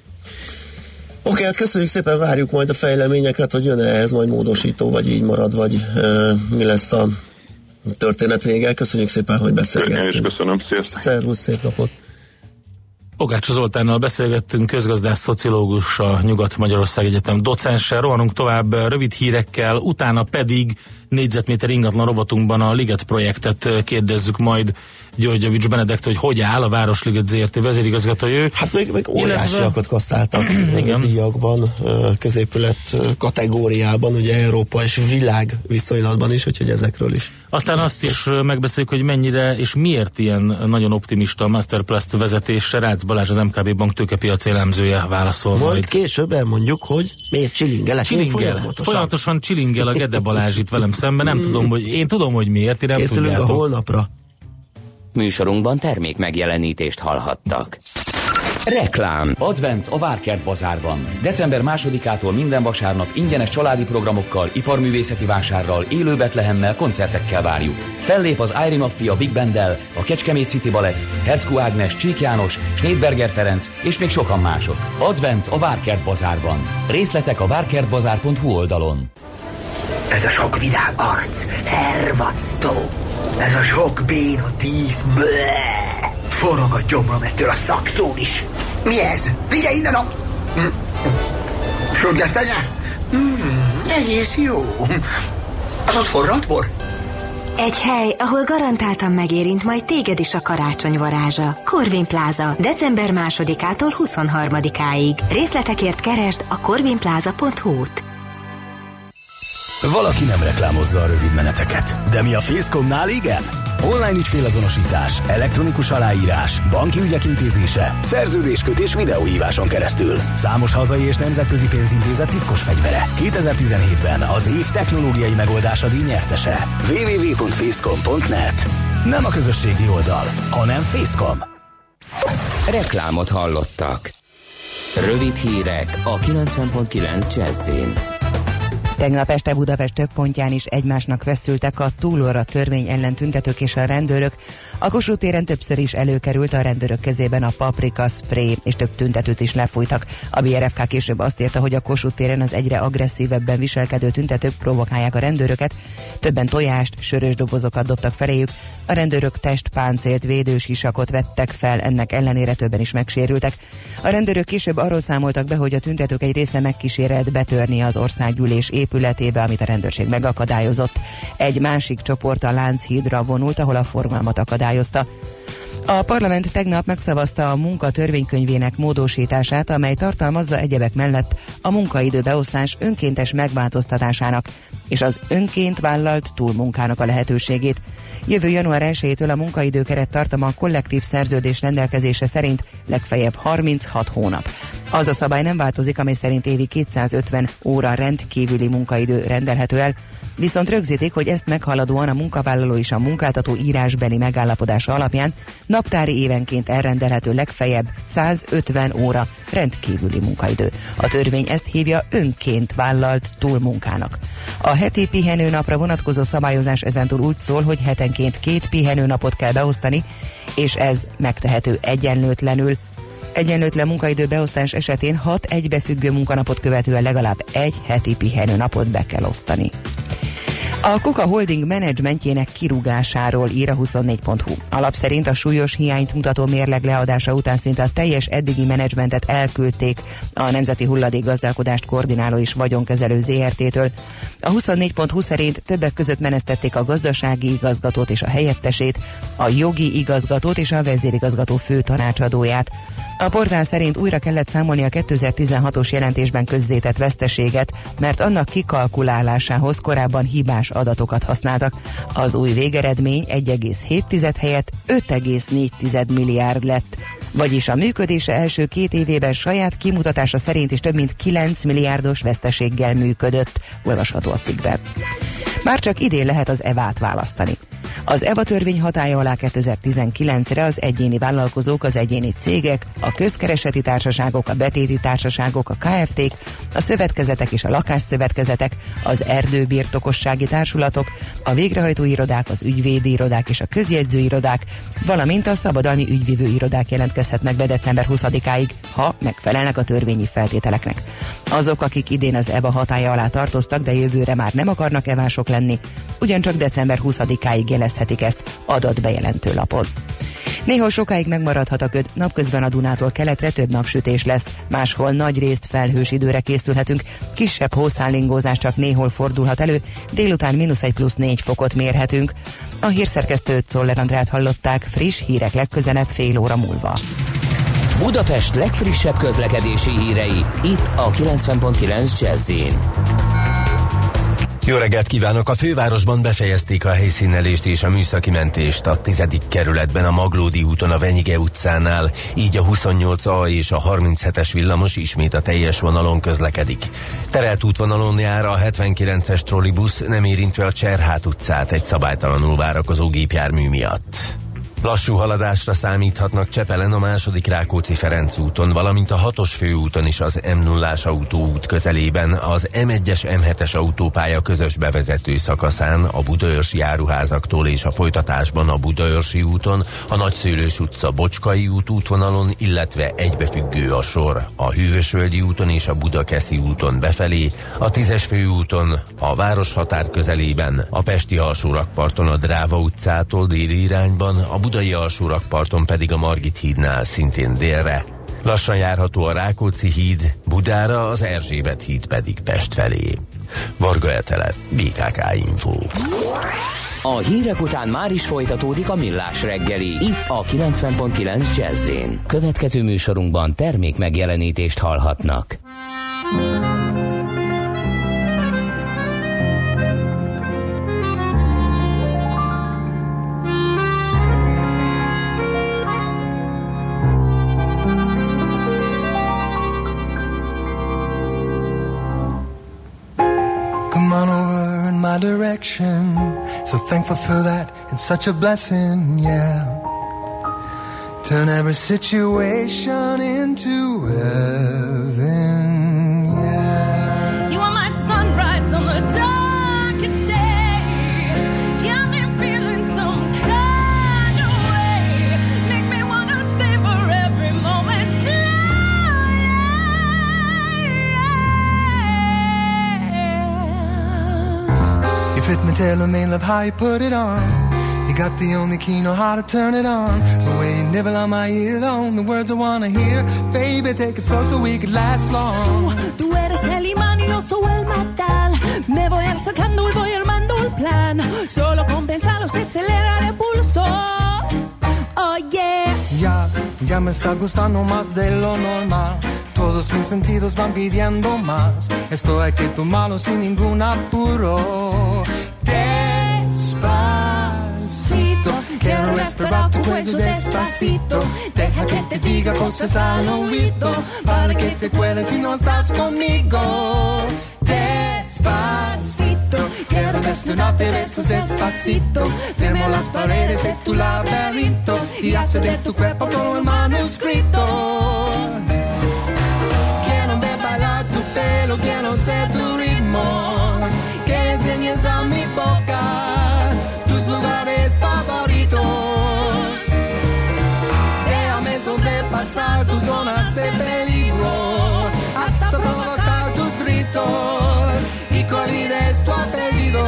Oké, okay, hát köszönjük szépen, várjuk majd a fejleményeket, hogy jön-e ehhez majd módosító, vagy így marad, vagy e, mi lesz a történet vége. Köszönjük szépen, hogy beszélgettünk. Én is köszönöm, sziasztok. Szervusz, szép napot. Pogács Zoltánnal beszélgettünk, közgazdász, szociológus, a Nyugat-Magyarország Egyetem docense. Rohanunk tovább rövid hírekkel, utána pedig négyzetméter ingatlan rovatunkban a Liget projektet kérdezzük majd Györgyevics Benedekt, hogy hogy áll a Városliget zé er té vezérigazgatója. Hát még, még óriásiakat kasszáltak díjakban, középület kategóriában, ugye Európa és világ viszonylatban is, úgyhogy ezekről is. Aztán azt is megbeszéljük, hogy mennyire és miért ilyen nagyon optimista a Masterplast vezetése. Rácz Balázs, az em ká bé Bank tőkepiaci elemzője válaszol majd. Majd később elmondjuk, hogy miért csilingelek. Csilingel. Folyamatosan. Folyamatosan csilingel a Gede Balázs itt velem szemben. Nem tudom, hogy én tudom, hogy miért, én nem készülünk tudjátok. A holnapra. Műsorunkban termék megjelenítést hallhattak. Reklám. Advent a Várkert Bazárban. december másodikától minden vasárnap ingyenes családi programokkal, iparművészeti vásárral, élő Betlehemmel, koncertekkel várjuk. Fellép az Irie Mafia Big Banddel, a Kecskemét City Balett, Herckó Ágnes, Csík János, Schneidberger Ferenc és még sokan mások. Advent a Várkert Bazárban. Részletek a várkertbazár pont hu oldalon. Ez a sok vidám arc, hervasztó. Ez a sok béna tíz, bleh. Forog a gyomrom ettől a szaktól is. Mi ez? Figyelj innen a... Sörgesztenye? Mm, egész jó. Az ott forralt bor? Egy hely, ahol garantáltan megérint majd téged is a karácsony varázsa. Corvin Plaza. december másodikától huszonharmadikáig. Részletekért keresd a corvin plaza pont hu-t. Valaki nem reklámozza a rövid meneteket, de mi a Facecomnál igen? Online ügyfélazonosítás, elektronikus aláírás, banki ügyek intézése, szerződéskötés videóhíváson keresztül. Számos hazai és nemzetközi pénzintézet titkos fegyvere. kétezer-tizenhétben az év technológiai megoldása díj nyertese. double-u double-u double-u pont facecom pont net. Nem a közösségi oldal, hanem Facecom. Reklámot hallottak. Rövid hírek a kilencven pont kilenc Jazzin. Tegnap este Budapest több pontján is egymásnak feszültek a túlóra törvény ellen tüntetők és a rendőrök. A Kossuth téren többször is előkerült a rendőrök kezében a paprika spray, és több tüntetőt is lefújtak. A bé er ef ká később azt írta, hogy a Kossuth téren az egyre agresszívebben viselkedő tüntetők provokálják a rendőröket. Többen tojást, sörös dobozokat dobtak feléjük. A rendőrök testpáncélt, védősisakot vettek fel, ennek ellenére többen is megsérültek. A rendőrök később arról számoltak be, hogy a tüntetők egy része megkísérelt betörni az országgyűlés épületébe, amit a rendőrség megakadályozott. Egy másik csoport a Lánchídra vonult, ahol a forgalmat akadályozta. A parlament tegnap megszavazta a munka törvénykönyvének módosítását, amely tartalmazza egyebek mellett a munkaidő beosztás önkéntes megváltoztatásának és az önként vállalt túlmunkának a lehetőségét. Jövő január elsejétől a munkaidő kerettartama a kollektív szerződés rendelkezése szerint legfeljebb harminchat hónap. Az a szabály nem változik, amely szerint évi kétszázötven óra rendkívüli munkaidő rendelhető el, viszont rögzítik, hogy ezt meghaladóan a munkavállaló és a munkáltató írásbeli megállapodása alapján naptári évenként elrendelhető legfeljebb százötven óra rendkívüli munkaidő. A törvény ezt hívja önként vállalt túlmunkának. A heti pihenőnapra vonatkozó szabályozás ezentúl úgy szól, hogy hetenként két pihenőnapot kell beosztani, és ez megtehető egyenlőtlenül. Egyenlőtlen munkaidő beosztás esetén hat egybefüggő munkanapot követően legalább egy heti pihenőnapot be kell osztani. A Kuka Holding menedzsmentjének kirúgásáról ír a huszonnégy pont hu. Alap szerint a súlyos hiányt mutató mérleg leadása után szinte a teljes eddigi menedzsmentet elküldték a Nemzeti Hulladékgazdálkodást koordináló és vagyonkezelő zé er té-től. A huszonnégy pont hu szerint többek között menesztették a gazdasági igazgatót és a helyettesét, a jogi igazgatót és a vezérigazgató fő tanácsadóját. A portál szerint újra kellett számolni a kétezer-tizenhatos jelentésben közzétett veszteséget, mert annak kikalkulálásához korábban hibás adatokat használtak. Az új végeredmény egy egész hét helyett öt egész négy milliárd lett. Vagyis a működése első két évében saját kimutatása szerint is több mint kilenc milliárdos veszteséggel működött, olvasható a cikkben. Már csak idén lehet az é vé-t választani. Az é vé á törvény hatálya alá kétezer-tizenkilencre az egyéni vállalkozók, az egyéni cégek, a közkereseti társaságok, a betéti társaságok, a ká ef té-k, a szövetkezetek és a lakásszövetkezetek, az erdőbirtokossági társulatok, a végrehajtó irodák, az ügyvédi irodák és a közjegyző irodák, valamint a szabadalmi ügyvívő irodák jelentkezhetnek be december huszadikáig, ha megfelelnek a törvényi feltételeknek. Azok, akik idén az é vé á hatálya alá tartoztak, de jövőre már nem akarnak é vások lenni, ugyancsak december huszadikáig jelezhetik ezt adatbejelentő lapon. Néhol sokáig megmaradhat a köd, napközben a Dunától keletre több napsütés lesz, máshol nagy részt felhős időre készülhetünk, kisebb hószállingózás csak néhol fordulhat elő, délután mínusz egy plusz négy fokot mérhetünk. A hírszerkesztőt, Czoller Andrát hallották, friss hírek legközelebb fél óra múlva. Budapest legfrissebb közlekedési hírei, itt a kilencven pont kilenc Jazz-in. Jó reggelt kívánok! A fővárosban befejezték a helyszínelést és a műszaki mentést a tizedik kerületben a Maglódi úton a Venyige utcánál, így a huszonnyolc A és a harminchetes villamos ismét a teljes vonalon közlekedik. Terelt útvonalon jár a hetvenkilences trollibusz, nem érintve a Cserhát utcát egy szabálytalanul várakozó gépjármű miatt. Lassú haladásra számíthatnak Csepelen a második Rákóczi-Ferenc úton, valamint a hatos főúton is az M nullás autóút közelében, az M egyes M hetes autópálya közös bevezető szakaszán, a Budaörsi áruházaktól és a folytatásban a Budaörsi úton, a Nagyszőlős utca Bocskai út útvonalon, illetve egybefüggő a sor a Hűvösvölgyi úton és a Budakeszi úton befelé, a tízes főúton, a városhatár közelében, a Pesti alsórakparton a Dráva utcától déli irányban, a Budai alsórakparton pedig a Margit hídnál szintén délre. Lassan járható a Rákóczi híd Budára, az Erzsébet híd pedig Pest felé. Varga Etele, bé ká ká Info. A hírek után már is folytatódik a Millás reggeli, itt a kilencven pont kilenc Jazz-in. Következő műsorunkban termék megjelenítést hallhatnak. Direction, so thankful for that, it's such a blessing, yeah. Turn every situation into heaven, yeah. You are my sunrise on the darkest day. Got me feeling some kind of way. Make me wanna savor every moment slowly. You fit me, tailor me, love how you put it on. You got the only key, know how to turn it on. The way you nibble on my ear, the words I wanna hear. Baby, take it slow so we could last long. Tú eres el imán y yo soy el metal. Me voy acercando y voy armando el plan. Solo con pensarlo se acelera el pulso. Oh yeah. ya me está gustando más de lo normal. Todos mis sentidos van pidiendo más. Esto hay que tomarlo sin ningún apuro. Despacito, quiero respirar tu cuello despacito. Deja que te diga cosas al oído, para que te acuerdes si no estás conmigo. Despacito, quiero desnudarte besos despacito. Firmo las paredes de tu laberinto y hacer de tu cuerpo todo el manuscrito. Quiero ver bailar tu pelo, quiero ser tu ritmo. Que enseñes a mi boca tus lugares favoritos. Déjame sobrepasar tus zonas de peligro hasta provocar tus gritos. ¿Y cuál es tu apellido?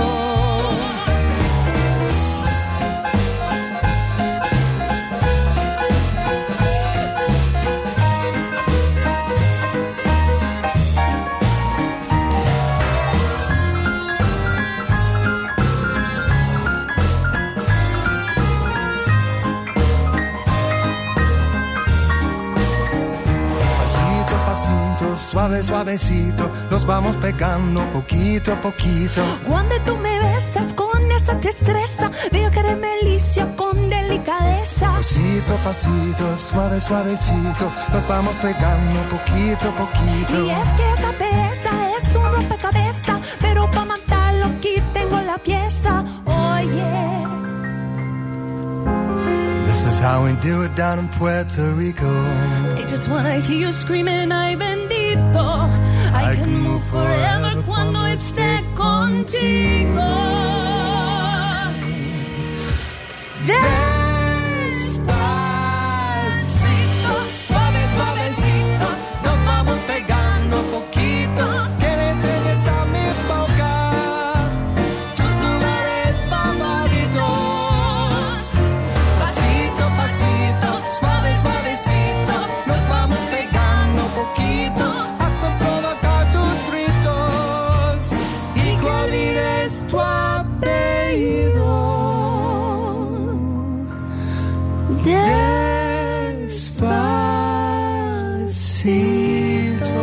Suave, suavecito, nos vamos pegando poquito a poquito. Cuando tú me besas con esa destreza, veo que eres melicia con delicadeza. Pasito, pasito, suave, suavecito, nos vamos pegando poquito a poquito. Y es que esa belleza es un rompecabezas, pero para matarlo aquí tengo la pieza. Oye, this is how we do it down in Puerto Rico. I just wanna hear you screaming, ay bendito. I can move forever cuando esté contigo. Despacito, suave, suavecito, nos vamos pegando poquito. Que le enseñes a mi boca tus lugares favoritos. Pasito, pasito, suave, suavecito, nos vamos pegando poquito. Tu apellido. Despacito.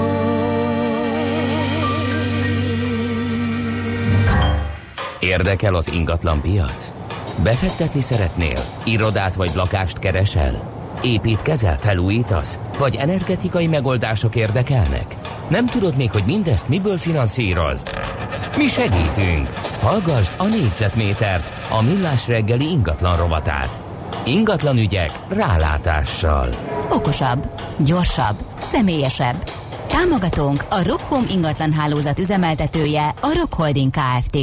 Érdekel az ingatlan piac? Befektetni szeretnél? Irodát vagy lakást keresel? Építkezel, felújítasz? Vagy energetikai megoldások érdekelnek? Nem tudod még, hogy mindezt miből finanszírozd? Mi segítünk! Hallgasd a négyzetmétert, a Millás reggeli ingatlan rovatát. Ingatlan ügyek rálátással. Okosabb, gyorsabb, személyesebb. Támogatónk a Rockhome ingatlan hálózat üzemeltetője, a Rock Holding Kft.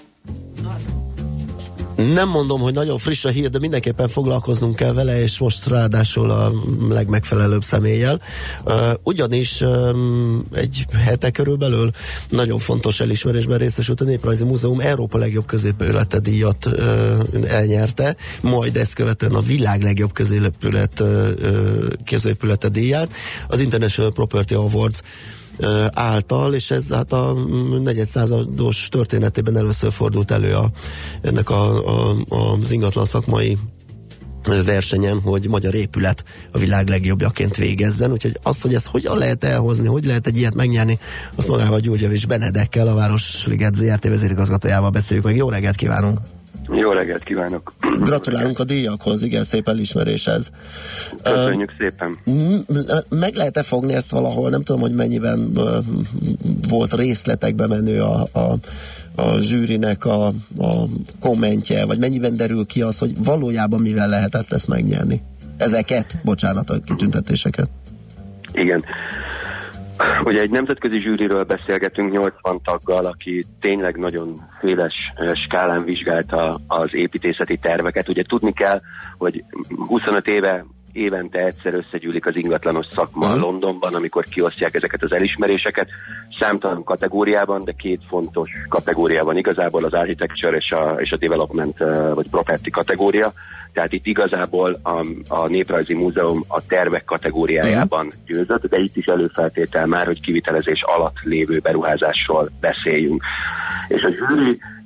Nem mondom, hogy nagyon friss a hír, de mindenképpen foglalkoznunk kell vele, és most ráadásul a legmegfelelőbb személlyel. Uh, ugyanis um, egy hete körülbelül nagyon fontos elismerésben részesült a Néprajzi Múzeum Európa legjobb középülete díjat uh, elnyerte, majd ezt követően a világ legjobb középület, uh, középülete díját, az International Property Awards által, és ez hát a negyedszázados történetében először fordult elő a, ennek a, a, az ingatlan szakmai versenyen, hogy magyar épület a világ legjobbjaként végezzen, úgyhogy az, hogy ezt hogyan lehet elhozni, hogy lehet egy ilyet megnyerni, azt magával Gyurgyevics Benedekkel, a Városliget zé er té vezérigazgatójával beszéljük meg. Jó reggelt kívánunk! Jó reggelt kívánok! Gratulálunk a díjakhoz, igen, szép elismeréshez. Köszönjük uh, szépen! Meg lehet-e fogni ezt valahol? Nem tudom, hogy mennyiben uh, volt részletekbe menő a, a, a zsűrinek a, a kommentje, vagy mennyiben derül ki az, hogy valójában mivel lehetett ezt megnyerni? Ezeket, bocsánat, a kitüntetéseket. Igen. Ugye egy nemzetközi zsűriről beszélgetünk nyolcvan taggal, aki tényleg nagyon széles skálán vizsgálta az építészeti terveket. Ugye tudni kell, hogy huszonöt éve évente egyszer összegyűlik az ingatlanos szakma uh-huh. Londonban, amikor kiosztják ezeket az elismeréseket. Számtalan kategóriában, de két fontos kategóriában igazából, az architecture és a, és a development vagy property kategória. Tehát itt igazából a, a Néprajzi Múzeum a tervek kategóriájában uh-huh. győzött, de itt is előfeltétel már, hogy kivitelezés alatt lévő beruházásról beszéljünk. És a zsűri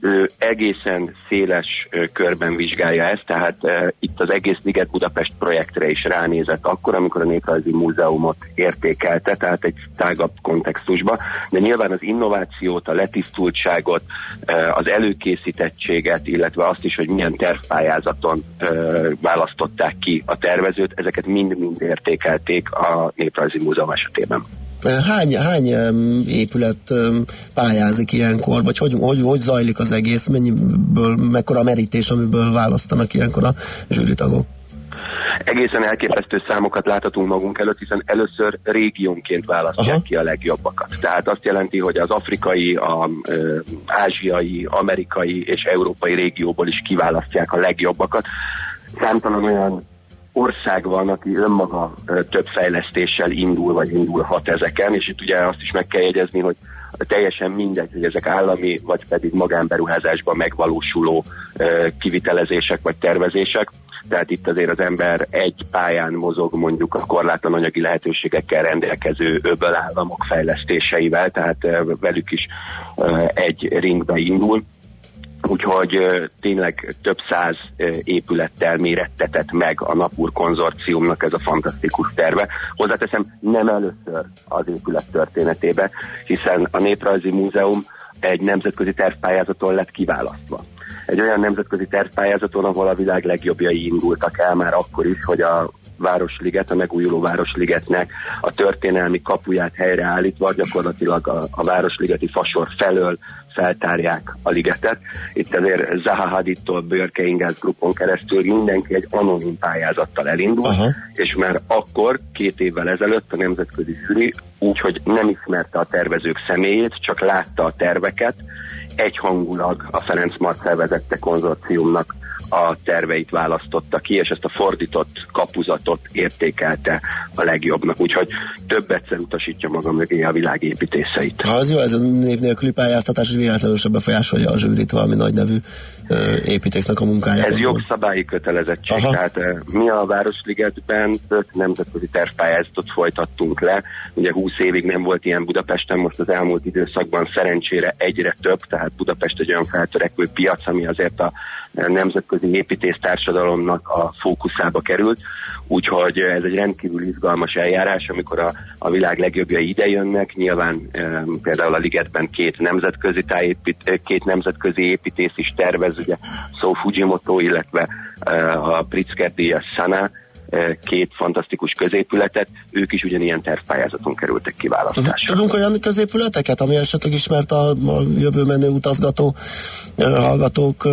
ő egészen széles körben vizsgálja ezt, tehát e, itt az egész Liget Budapest projektre is ránézett akkor, amikor a Néprajzi Múzeumot értékelte, tehát egy tágabb kontextusba, de nyilván az innovációt, a letisztultságot, e, az előkészítettséget, illetve azt is, hogy milyen tervpályázaton e, választották ki a tervezőt, ezeket mind-mind értékelték a Néprajzi Múzeum esetében. Hány, hány épület pályázik ilyenkor, vagy hogy, hogy, hogy zajlik az egész, mennyiből, mekkora a merítés, amiből választanak ilyenkor a zsűritagok? Egészen elképesztő számokat láthatunk magunk előtt, hiszen először régiónként választják Aha. ki a legjobbakat. Tehát azt jelenti, hogy az afrikai, az ázsiai, amerikai és európai régióból is kiválasztják a legjobbakat. Számtalan olyan ország van, aki önmaga több fejlesztéssel indul, vagy indulhat ezeken, és itt ugye azt is meg kell jegyezni, hogy teljesen mindegy, hogy ezek állami, vagy pedig magánberuházásban megvalósuló kivitelezések, vagy tervezések. Tehát itt azért az ember egy pályán mozog mondjuk a korlátlan anyagi lehetőségekkel rendelkező öböl államok fejlesztéseivel, tehát velük is egy ringbe indul. Úgyhogy uh, tényleg több száz uh, épülettel mérettetett meg a Napur konzorciumnak ez a fantasztikus terve. Hozzáteszem, nem először az épület történetébe, hiszen a Néprajzi Múzeum egy nemzetközi tervpályázaton lett kiválasztva. Egy olyan nemzetközi tervpályázaton, ahol a világ legjobbjai indultak el már akkor is, hogy a Városliget, a megújuló Városligetnek a történelmi kapuját helyreállítva gyakorlatilag a, a Városligeti fasor felől feltárják a ligetet. Itt azért Zaha Hadidtól Börke Ingels Groupon keresztül mindenki egy anonim pályázattal elindul, Aha. és már akkor, két évvel ezelőtt a nemzetközi zsűri úgyhogy nem ismerte a tervezők személyét, csak látta a terveket, egyhangulag a Ferenc Marcell vezette konzorciumnak a terveit választotta ki, és ezt a fordított kapuzatot értékelte a legjobbnak, úgyhogy több egyszer utasítja maga mögé a világ építészeit. Ha az jó, ez a név nélküli pályáztatás, hogy véletlenül sem befolyásolja a zsűrit valami nagy nevű építésznek a munkája. Ez jogszabályi kötelezettség, Aha. tehát mi a Városligetben öt nemzetközi tervpályázatot folytattunk le, ugye húsz évig nem volt ilyen Budapesten, most az elmúlt időszakban szerencsére egyre több, tehát Budapest egy olyan feltörekvő piac, ami azért a nemzetközi építésztársadalomnak a fókuszába került, úgyhogy ez egy rendkívül izgalmas eljárás, amikor a, a világ legjobbjai idejönnek, nyilván e, például a Ligetben két nemzetközi, tájépít, két nemzetközi építész is tervez, ugye Szó Fujimoto, illetve e, a Pritzker-díjas Sana, két fantasztikus középületet, ők is ugyanilyen tervpályázaton kerültek kiválasztásra. Tudunk olyan középületeket, ami esetleg ismert a, a jövő menő utazgató hallgatók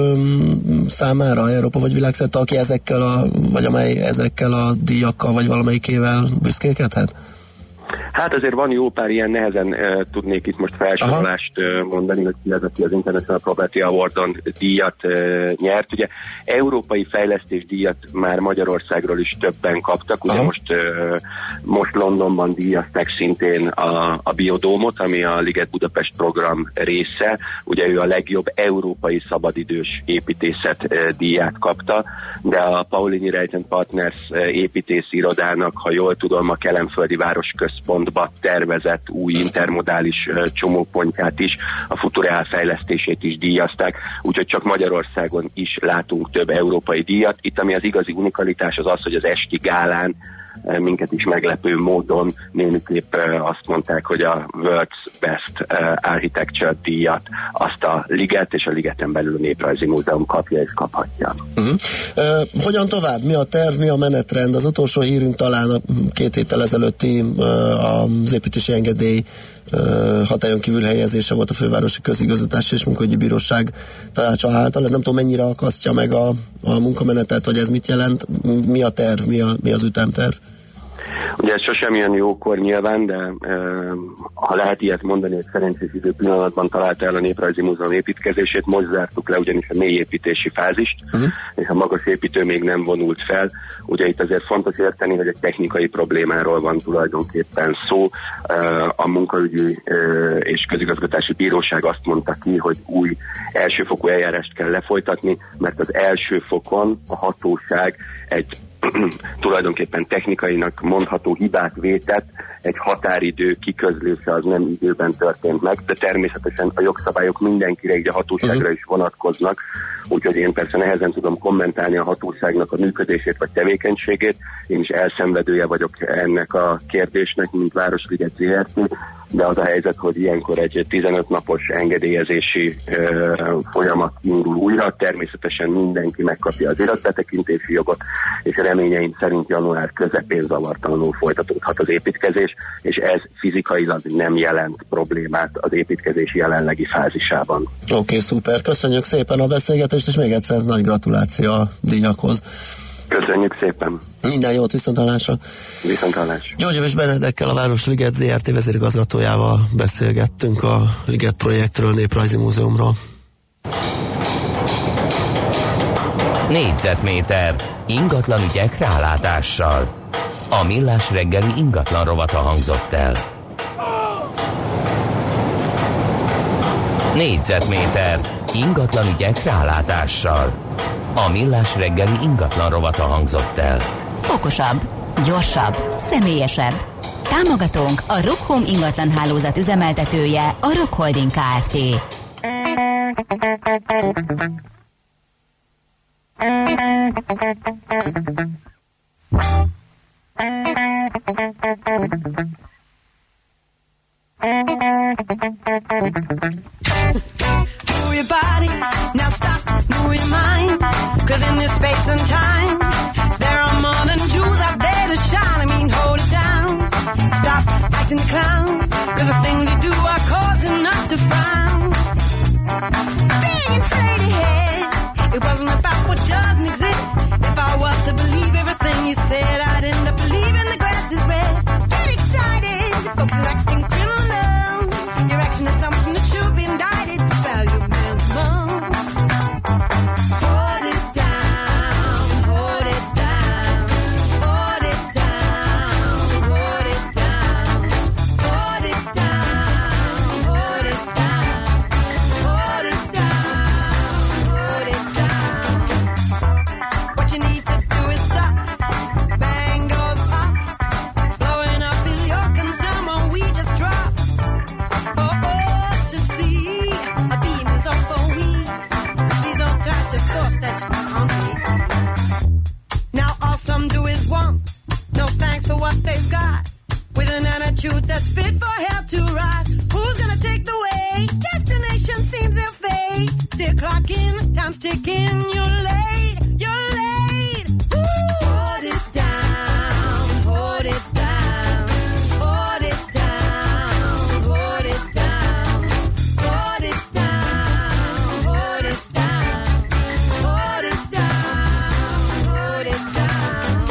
számára, Európa vagy világszerte, aki ezekkel a, vagy amely ezekkel a díjakkal, vagy valamelyikével büszkélkedhet? Hát azért van jó pár ilyen, nehezen uh, tudnék itt most felsorolást uh, mondani, hogy ki az, aki az International Property Awardon díjat uh, nyert. Ugye európai fejlesztés díjat már Magyarországról is többen kaptak, ugye most, uh, most Londonban díjazták szintén a, a Biodómot, ami a Liget Budapest program része, ugye ő a legjobb európai szabadidős építészet uh, díját kapta, de a Paulini Reit Partners uh, építészi irodának, ha jól tudom, a Kelenföldi Városközpontba tervezett új intermodális uh, csomópontját is, a Futureál fejlesztését is díjazták, úgyhogy csak Magyarországon is látunk több európai díjat. Itt ami az igazi unikalitás az az, hogy az esti gálán uh, minket is meglepő módon némiképp uh, azt mondták, hogy a World's Best uh, Architecture díjat azt a Liget és a Ligeten belül a Néprajzi Múzeum kapja és kaphatja. Uh-huh. Uh, hogyan tovább? Mi a terv, mi a menetrend? Az utolsó hírünk talán a két héttel ezelőtti uh, az építési engedély uh, hatályon kívül helyezése volt a Fővárosi Közigazgatási és Munkahogyi Bíróság tanácsa által. Ez nem tudom mennyire akasztja meg a, a munkamenetet, vagy ez mit jelent? Mi a terv, mi, a, mi az ütemterv? Ugye ez sosem jön jókor nyilván, de e, ha lehet ilyet mondani, hogy szerencsés idő pillanatban találta el a Néprajzi Múzeum építkezését, most zártuk le ugyanis a mélyépítési fázist, uh-huh. és a magas építő még nem vonult fel. Ugye itt azért fontos érteni, hogy egy technikai problémáról van tulajdonképpen szó. E, a Munkaügyi e, és Közigazgatási Bíróság azt mondta ki, hogy új elsőfokú eljárást kell lefolytatni, mert az első fokon a hatóság egy tulajdonképpen technikainak mondható hibát vétett, egy határidő kiközlése az nem időben történt meg, de természetesen a jogszabályok mindenkire, így a hatóságra is vonatkoznak, úgyhogy én persze nehezen tudom kommentálni a hatóságnak a működését vagy tevékenységét, én is elszenvedője vagyok ennek a kérdésnek, mint Városliget zé er té, de az a helyzet, hogy ilyenkor egy tizenöt napos engedélyezési ö, folyamat indul újra, természetesen mindenki megkapja az iratbetekintési jogot, és reményeim szerint január közepén zavartalanul folytatódhat az építkezés, és ez fizikailag nem jelent problémát az építkezés jelenlegi fázisában. Oké, okay, szuper, köszönjük szépen a beszélgetést, és még egyszer nagy gratuláció a díjakhoz. Köszönjük szépen. Minden jót, viszonthallásra. Viszonthallás. Györgyevics Benedekkel, a Városliget zé er té vezérigazgatójával beszélgettünk a Liget projektről, Néprajzi Múzeumról. Négyzetméter ingatlan ügyek rálátással. A Millás reggeli ingatlan rovata hangzott el. Négyzetméter ingatlan ügyek rálátással. A Millás reggeli ingatlan rovata hangzott el. Okosabb, gyorsabb, személyesebb. Támogatónk a Rock Home ingatlan hálózat üzemeltetője, a Rock Holding Kft. Move your body, now stop, move your mind. Cause in this space and time, there are more than Jews out there to shine. I mean, hold it down, stop acting the clown. Cause the things you do are causing us to frown. Being inflated head, it wasn't about what doesn't exist. If I was to believe everything you said, I'd end up believing the grass is red. Get excited, folks is acting criminal. Your action is something that should be indicted. Value minimum. Hold it down, hold it down, hold it down, hold it down, hold it down, hold it down, hold it down, hold it down. What you need to do is stop. Bang goes up. Blowing up is your concern when we just drop. Oh, oh, to see a beam is off for we. Please don't try to force that shit on me. Now all some do is want. No thanks for what they've got. With an attitude that's fit for hell to ride. Who's gonna take the way? Destination seems their fate. They're clocking, time's ticking. You're late, you're late. Ooh. Hold it down, hold it down, hold it down, hold it down, hold it down, hold it down, hold it down, hold it down.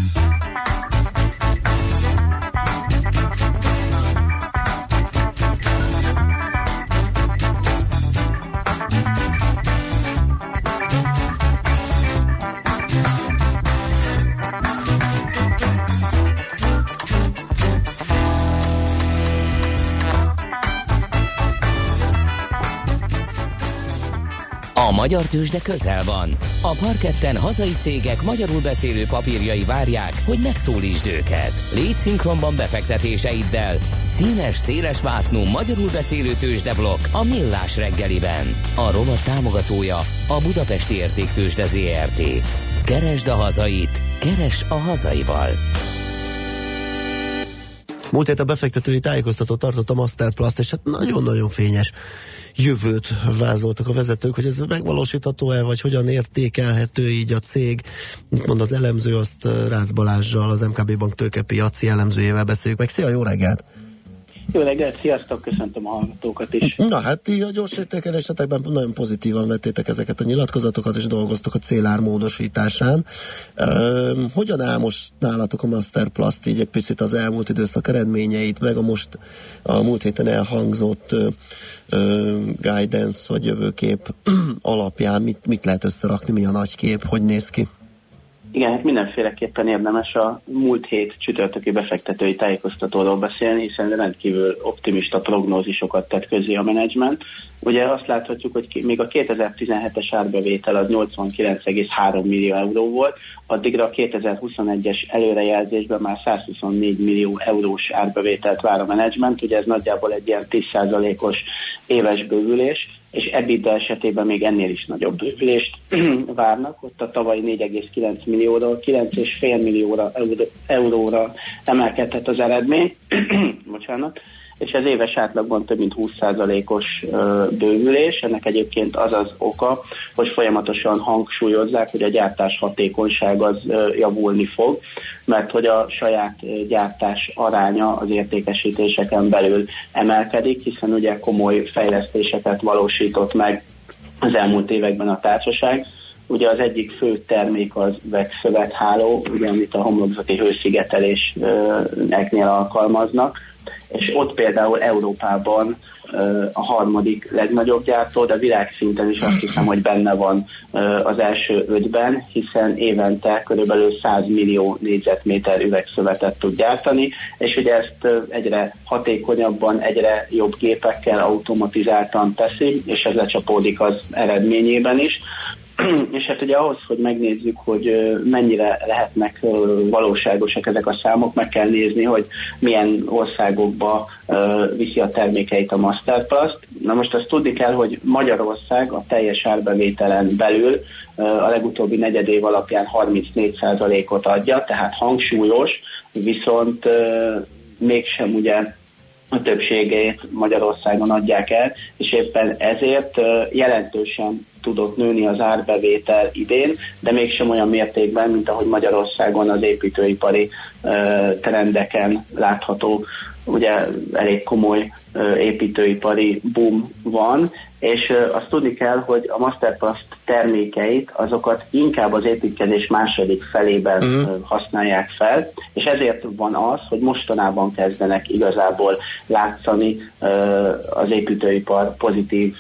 A magyar tőzsde közel van. A parketten hazai cégek magyarul beszélő papírjai várják, hogy megszólítsd őket. Légy szinkronban befektetéseiddel. Színes, széles vásznú magyarul beszélő tőzsdeblokk a Millás reggeliben. A rovat támogatója a Budapesti Értéktőzsde zé er té. Keresd a hazait, keres a hazaival. Múlt hét a befektetői tájékoztatót tartott a Masterplast, és hát nagyon-nagyon fényes jövőt vázoltak a vezetők, hogy ez megvalósítható-e, vagy hogyan értékelhető így a cég. Mit mond az elemző, azt Rácz Balázssal, az em ká bé Bank tőkepiaci elemzőjével beszéljük meg. Szia, jó reggelt! Jó reggelt, sziasztok, köszöntöm a hallgatókat is. Na hát, ti a gyors értékelésetekben nagyon pozitívan vettétek ezeket a nyilatkozatokat, és dolgoztok a célár módosításán. Üm, hogyan áll most nálatok a Masterplast, így egy picit az elmúlt időszak eredményeit, meg a most a múlt héten elhangzott ö, ö, guidance, vagy jövőkép alapján mit, mit lehet összerakni, mi a nagy kép, hogy néz ki? Igen, hát mindenféleképpen érdemes a múlt hét csütörtöki befektetői tájékoztatóról beszélni, hiszen rendkívül optimista prognózisokat tett közé a menedzsment. Ugye azt láthatjuk, hogy ki, még a kétezer-tizenhetes árbevétel az nyolcvankilenc egész három millió euró volt, addigra a kétezer-huszonegyes előrejelzésben már százhuszonnégy millió eurós árbevételt vár a menedzsment, ugye ez nagyjából egy ilyen tíz százalékos éves bővülés, és EBITDA esetében még ennél is nagyobb bővülést várnak, ott a tavalyi négy egész kilenc millióról kilenc egész öt millióra euró, euróra emelkedett az eredmény, bocsánat, és ez éves átlagban több mint húsz százalékos bővülés. Ennek egyébként az az oka, hogy folyamatosan hangsúlyozzák, hogy a gyártás hatékonyság az javulni fog, mert hogy a saját gyártás aránya az értékesítéseken belül emelkedik, hiszen ugye komoly fejlesztéseket valósított meg az elmúlt években a társaság. Ugye az egyik fő termék az üvegszövetháló, ugye amit a homlokzati hőszigetelésnél alkalmaznak, és ott például Európában a harmadik legnagyobb gyártó, de világszinten is azt hiszem, hogy benne van az első ötben, hiszen évente körülbelül száz millió négyzetméter üvegszövetet tud gyártani, és ugye ezt egyre hatékonyabban, egyre jobb gépekkel automatizáltan teszi, és ez lecsapódik az eredményében is. És hát ugye ahhoz, hogy megnézzük, hogy mennyire lehetnek valóságosak ezek a számok, meg kell nézni, hogy milyen országokba viszi a termékeit a Masterplast. Na most azt tudni kell, hogy Magyarország a teljes árbevételen belül a legutóbbi negyedév alapján harmincnégy százalékot adja, tehát hangsúlyos, viszont mégsem ugye a többségét Magyarországon adják el, és éppen ezért jelentősen tudott nőni az árbevétel idén, de mégsem olyan mértékben, mint ahogy Magyarországon az építőipari trendeken látható, ugye elég komoly építőipari boom van, és azt tudni kell, hogy a Masterplast termékeit, azokat inkább az építkezés második felében uh-huh. használják fel, és ezért van az, hogy mostanában kezdenek igazából látszani az építőipar pozitív,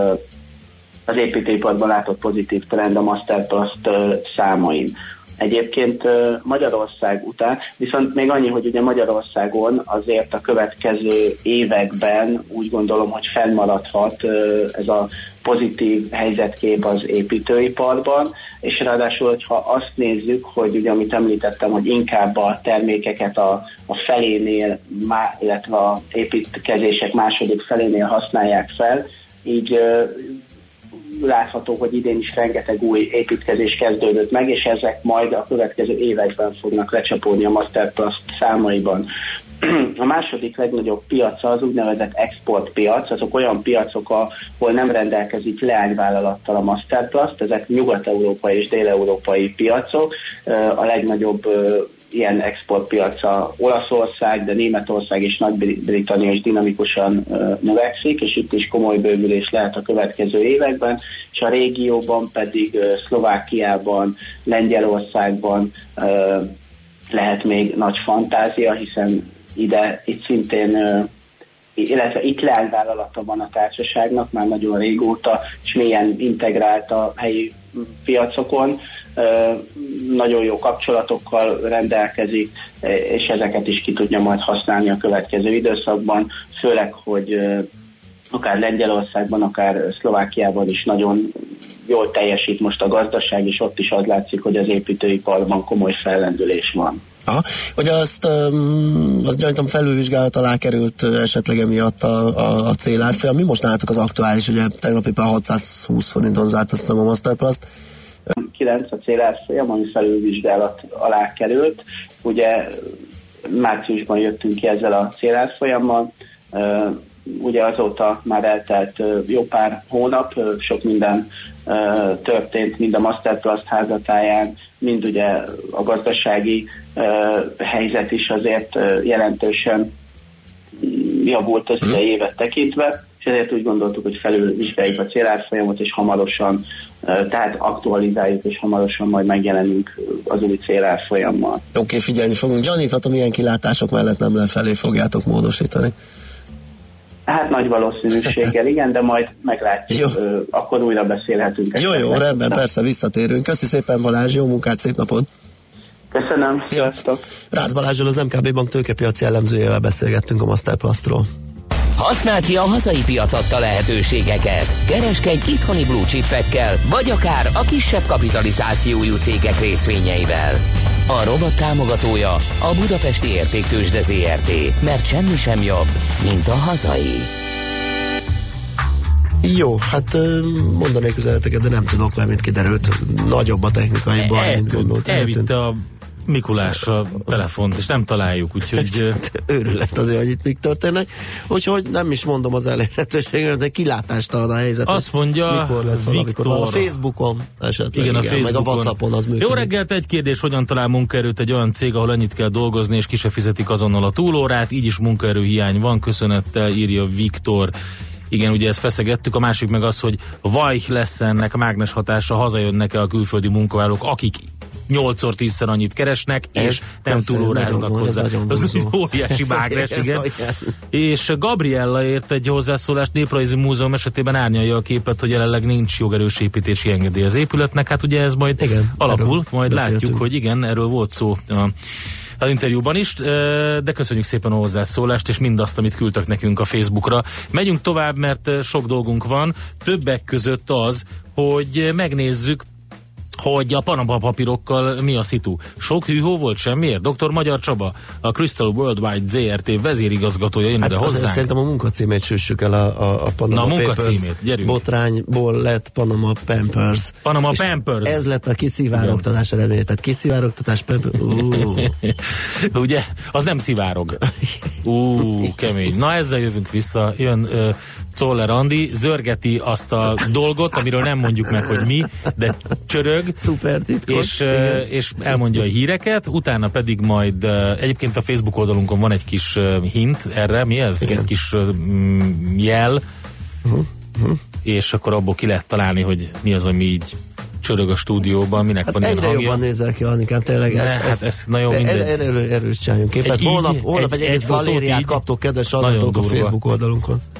az építőiparban látott pozitív trend a Masterplast számain. Egyébként Magyarország után, viszont még annyi, hogy ugye Magyarországon azért a következő években úgy gondolom, hogy fennmaradhat ez a pozitív helyzetkép az építőiparban, és ráadásul, hogyha azt nézzük, hogy ugye amit említettem, hogy inkább a termékeket a, a felénél, má, illetve a építkezések második felénél használják fel, így látható, hogy idén is rengeteg új építkezés kezdődött meg, és ezek majd a következő években fognak lecsapódni a Masterplast számaiban. A második legnagyobb piaca az úgynevezett exportpiac, azok olyan piacok, ahol nem rendelkezik leányvállalattal a Masterplast, ezek nyugat-európai és dél-európai piacok. A legnagyobb ilyen exportpiaca Olaszország, de Németország és Nagy-Britannia is dinamikusan növekszik, és itt is komoly bővülés lehet a következő években, és a régióban pedig Szlovákiában, Lengyelországban lehet még nagy fantázia, hiszen ide, itt szintén, illetve itt leányvállalata van a társaságnak már nagyon régóta, és mélyen integrált a helyi piacokon, nagyon jó kapcsolatokkal rendelkezik, és ezeket is ki tudja majd használni a következő időszakban, főleg, hogy akár Lengyelországban, akár Szlovákiában is nagyon jól teljesít most a gazdaság, és ott is az látszik, hogy az építőiparban komoly fellendülés van. Aha, hogy azt, um, azt gyanítom felülvizsgálat alá került esetleg emiatt a, a, a célárfolyam. Mi most nálatok az aktuális, ugye tegnap éppen hatszázhúsz forinton zárt, azt hiszem, a Masterplast. kilenc a célárfolyam, ami felülvizsgálat alá került. Ugye márciusban jöttünk ki ezzel a célárfolyammal. Uh, ugye azóta már eltelt uh, jó pár hónap, uh, sok minden uh, történt, mind a Masterplast házatáján, mind ugye a gazdasági uh, helyzet is azért uh, jelentősen javult az idei évet tekintve, és ezért úgy gondoltuk, hogy felülvizsgáljuk a célárfolyamot, és hamarosan, uh, tehát aktualizáljuk, és hamarosan majd megjelenünk az új célárfolyammal. Oké, okay, figyelni fogunk. Gyaníthatom, ilyen kilátások mellett nem lefelé fogjátok módosítani. Hát nagy valószínűséggel, igen, de majd meglátjuk, akkor újra beszélhetünk. Jó, jó, rendben, persze, visszatérünk. Köszi szépen, Balázs, jó munkát, szép napot! Köszönöm, sziasztok! Rácz Balázsral, az em ká bé Bank tőkepiaci elemzőjével beszélgettünk a Masterplastról. Használd ki a hazai piac adta lehetőségeket. Kereskedj itthoni blue chipekkel, vagy akár a kisebb kapitalizációjú cégek részvényeivel. A rovat támogatója a Budapesti Értéktőzsde zé er té, mert semmi sem jobb, mint a hazai. Jó, hát mondanék üzeneteket, de nem tudok, mert mint kiderült, nagyobb a technikai baj, mint gondolt. Elvitte a Mikulás a telefont, és nem találjuk, úgyhogy... Őrület azért, hogy itt mik történnek. Úgyhogy nem is mondom az elérhetőséget, de kilátástalan a helyzet. Azt mondja mikor lesz Viktor... a Facebookon esetleg, igen, igen, a Facebookon. Meg a WhatsAppon az működik. Jó reggelt, egy kérdés, hogyan talál munkaerőt egy olyan cég, ahol ennyit kell dolgozni, és ki se fizetik azonnal a túlórát, így is munkaerőhiány van, köszönettel írja Viktor. Igen, ugye ezt feszegettük, a másik meg az, hogy vaj lesz ennek a mágnes hatása, hazajönnek-e a külföldi munkavállalók, akik nyolcszor, tízszer annyit keresnek, ez és nem túlóráznak hozzá. Ez egy óriási mágnes, igen. És Gabriella ért egy hozzászólást, Néprajzi Múzeum esetében árnyalja a képet, hogy jelenleg nincs jogerős építési engedély az épületnek, hát ugye ez majd igen, alakul, majd beszéltünk. Látjuk, hogy igen, erről volt szó a az interjúban is, de köszönjük szépen a hozzászólást, és mindazt, amit küldtek nekünk a Facebookra. Megyünk tovább, mert sok dolgunk van, többek között az, hogy megnézzük, hogy a Panama papírokkal mi a szitu. Sok hűhó volt, semmiért? doktor Magyar Csaba, a Crystal Worldwide zé er té vezérigazgatója jön hát ide hozzánk. Szerintem a munkacímét süssük el a, a, a Panama Na, a Papers munkacímét, gyerünk. Botrányból lett Panama Pampers. Panama Pampers. Ez lett a kiszivárogtatás eredménye. Tehát kiszivárogtatás Pampers. Ugye? Az nem szivárog. Ú, kemény. Na, ezzel jövünk vissza. Jön uh, Czoller Andi, zörgeti azt a dolgot, amiről nem mondjuk meg, hogy mi, de csörög, szuper titkos, és, uh, és elmondja a híreket, utána pedig majd, uh, egyébként a Facebook oldalunkon van egy kis uh, hint erre, mi ez? Igen. Egy kis uh, jel, uh-huh. Uh-huh. és akkor abból ki lehet találni, hogy mi az, ami így csörög a stúdióban, minek hát van ilyen hangja. Egyre jobban nézel ki, Annikám, tényleg. Ne, ez, hát ez nagyon mindegy. Erről erős csináljunk képet. Holnap, holnap egy, egy egész galériát kaptok, kedves hallgatók, a Facebook oldalunkon.